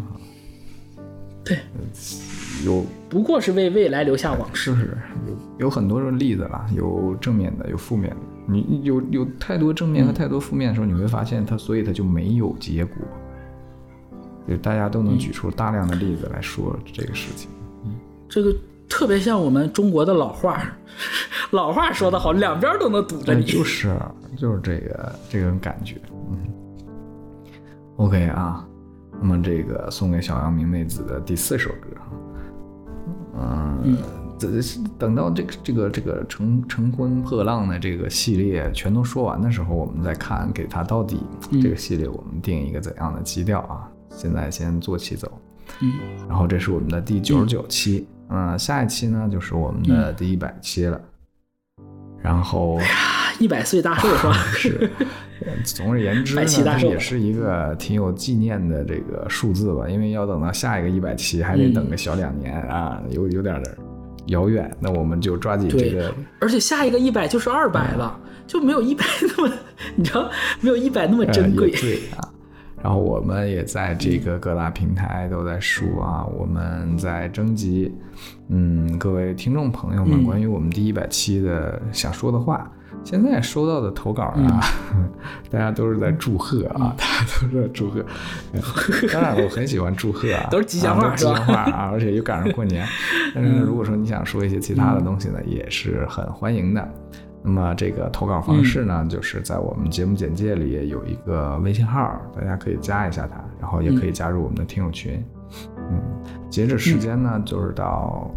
对，不过是为未来留下往事。 是有很多例子啦，有正面的，有负面的。你有太多正面和太多负面的时候，你会发现所以它就没有结果。就大家都能举出大量的例子来说这个事情。 这个特别像我们中国的老话，老话说得好，两边都能堵着你。 就是这个感觉。OK 啊，那么这个送给小杨明妹子的第4首歌，等到这个乘风破浪的这个系列全都说完的时候，我们再看给它到底这个系列我们定一个怎样的基调啊？现在先做起走。然后这是我们的第99期。下一期呢就是我们的第100期了。然后 100岁大寿是吧？ 是。总而言之呢，它也是一个挺有纪念的这个数字吧，因为要等到下一个100期还得等个小2年啊，有点遥远。那我们就抓紧这个。 而且下一个100就是200了，就没有100那么，你知道，没有100那么珍贵。 对啊。然后我们也在这个各大平台都在说啊，我们在征集各位听众朋友们关于我们第100期的想说的话。现在收到的投稿啊，大家都是在祝贺啊，大家都是在祝贺。当然我很喜欢祝贺啊， 都是吉祥话， 吉祥话啊，而且又赶上过年。但是如果说你想说一些其他的东西呢，也是很欢迎的。那么这个投稿方式呢，就是在我们节目简介里有一个微信号，大家可以加一下它，然后也可以加入我们的听友群。截止时间呢，就是到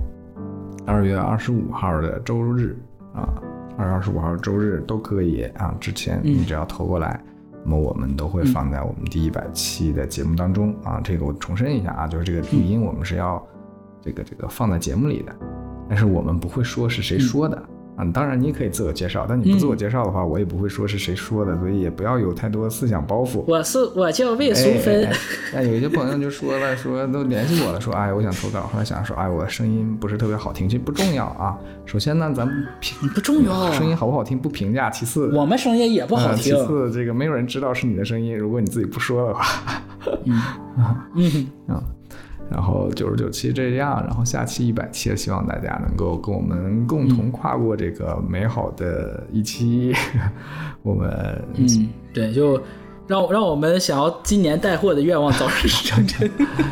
2月25号的周日啊，2月25号周日都可以啊。之前你只要投过来，那么我们都会放在我们第100期的节目当中啊。这个我重申一下啊，就是这个录音我们是要这个放在节目里的，但是我们不会说是谁说的。当然你可以自我介绍，但你不自我介绍的话，我也不会说是谁说的，所以也不要有太多思想包袱。 我叫魏淑芬。 有一些朋友就说了，说都联系我了，说我想投稿，后来想说我的声音不是特别好听，其实不重要啊。首先呢，咱们不重要， 声音好不好听不评价，其次我们声音也不好听， 其次这个没有人知道是你的声音，如果你自己不说的话。然后99期这样，然后下期100期，希望大家能够跟我们共同跨过这个美好的一期。我们对，就让我们想要今年带货的愿望早日成真。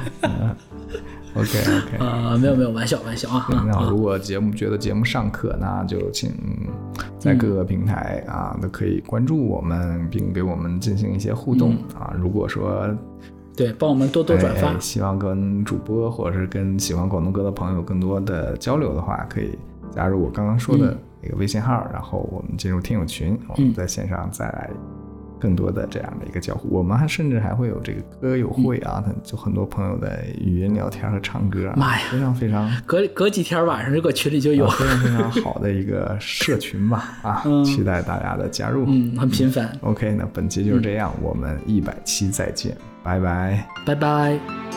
OK 没有玩笑啊。 然后如果觉得节目尚可呢，就请在各个平台啊都可以关注我们，并给我们进行一些互动啊。如果说对，帮我们多转发。 希望跟主播或者是跟喜欢广东歌的朋友更多的交流的话，可以加入我刚刚说的那个微信号，然后我们进入听友群，我们在线上再来更多的这样的一个交互。我们甚至还会有这个歌友会啊，就很多朋友的语音聊天和唱歌。 妈呀， 非常非常隔几天晚上这个群里就有， 非常非常好的一个社群吧啊，期待大家的加入。 很频繁。 OK， 那本期就是这样，我们100期再见，拜拜， 拜拜。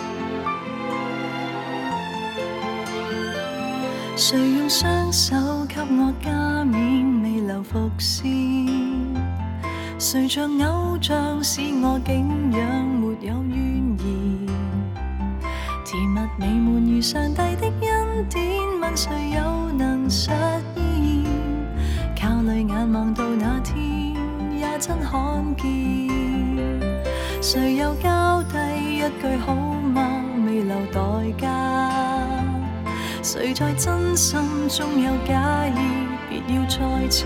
谁用雙手給我加冕，未留伏線？誰像偶像使我景仰沒有怨言？ 你們如上帝的恩典，問誰又能實現？靠淚眼望到那天，也真看見。誰又交低一句好嗎？未留代價。誰在真心中有假意？別要再查。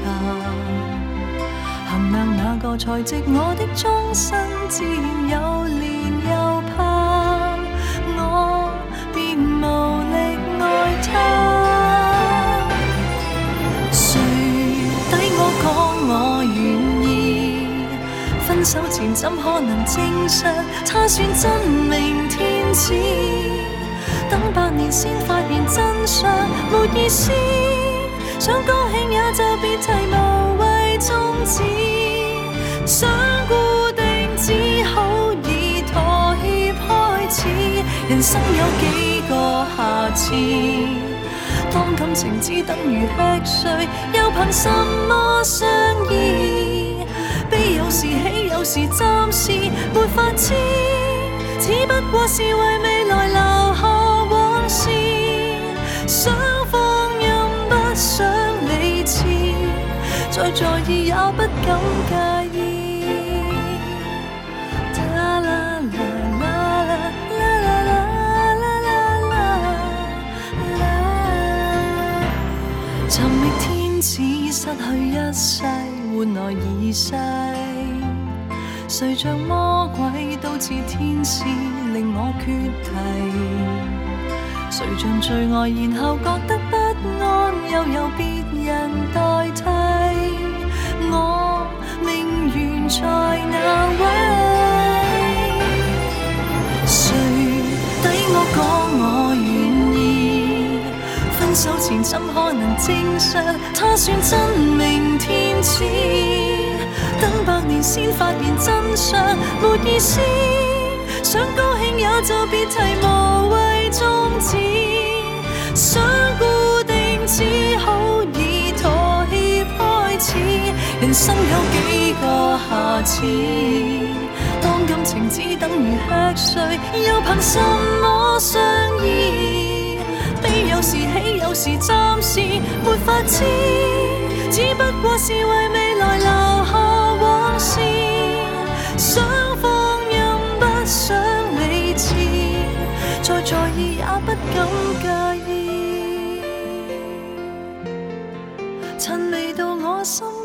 衡量哪個才值我的終身？自然又憐又怕，我便無力愛他。誰抵我講我願意？分手前怎可能證實？他算真命天子，等8年先發現真相，沒意思。想高興也就別提，無謂終止。想固定只好以妥協開始。人生有幾個下次？當感情只等於吃睡，又憑什麼相依？悲有時喜有時暫時沒法知，只不過是為未來留下往事。想放任不想理智，再在意也不敢介意。尋覓天子失去一世，換來二世。誰像魔鬼都似天使，令我缺題。誰像最愛然後覺得不安，又有別人代替。我命懸在那位，誰抵我講我願意？分手前怎可能證實？他算真命天子，等8年先發現真相，沒意思。想高興也就別提，無謂終止。想固定只好以妥協開始。人生有幾個下次？當感情只等於吃睡，又憑什麼相依？悲有時喜有時暫時沒法知，只不過是為未來留下往事。想放任不想理智，再在意也不敢介意。趁未到我心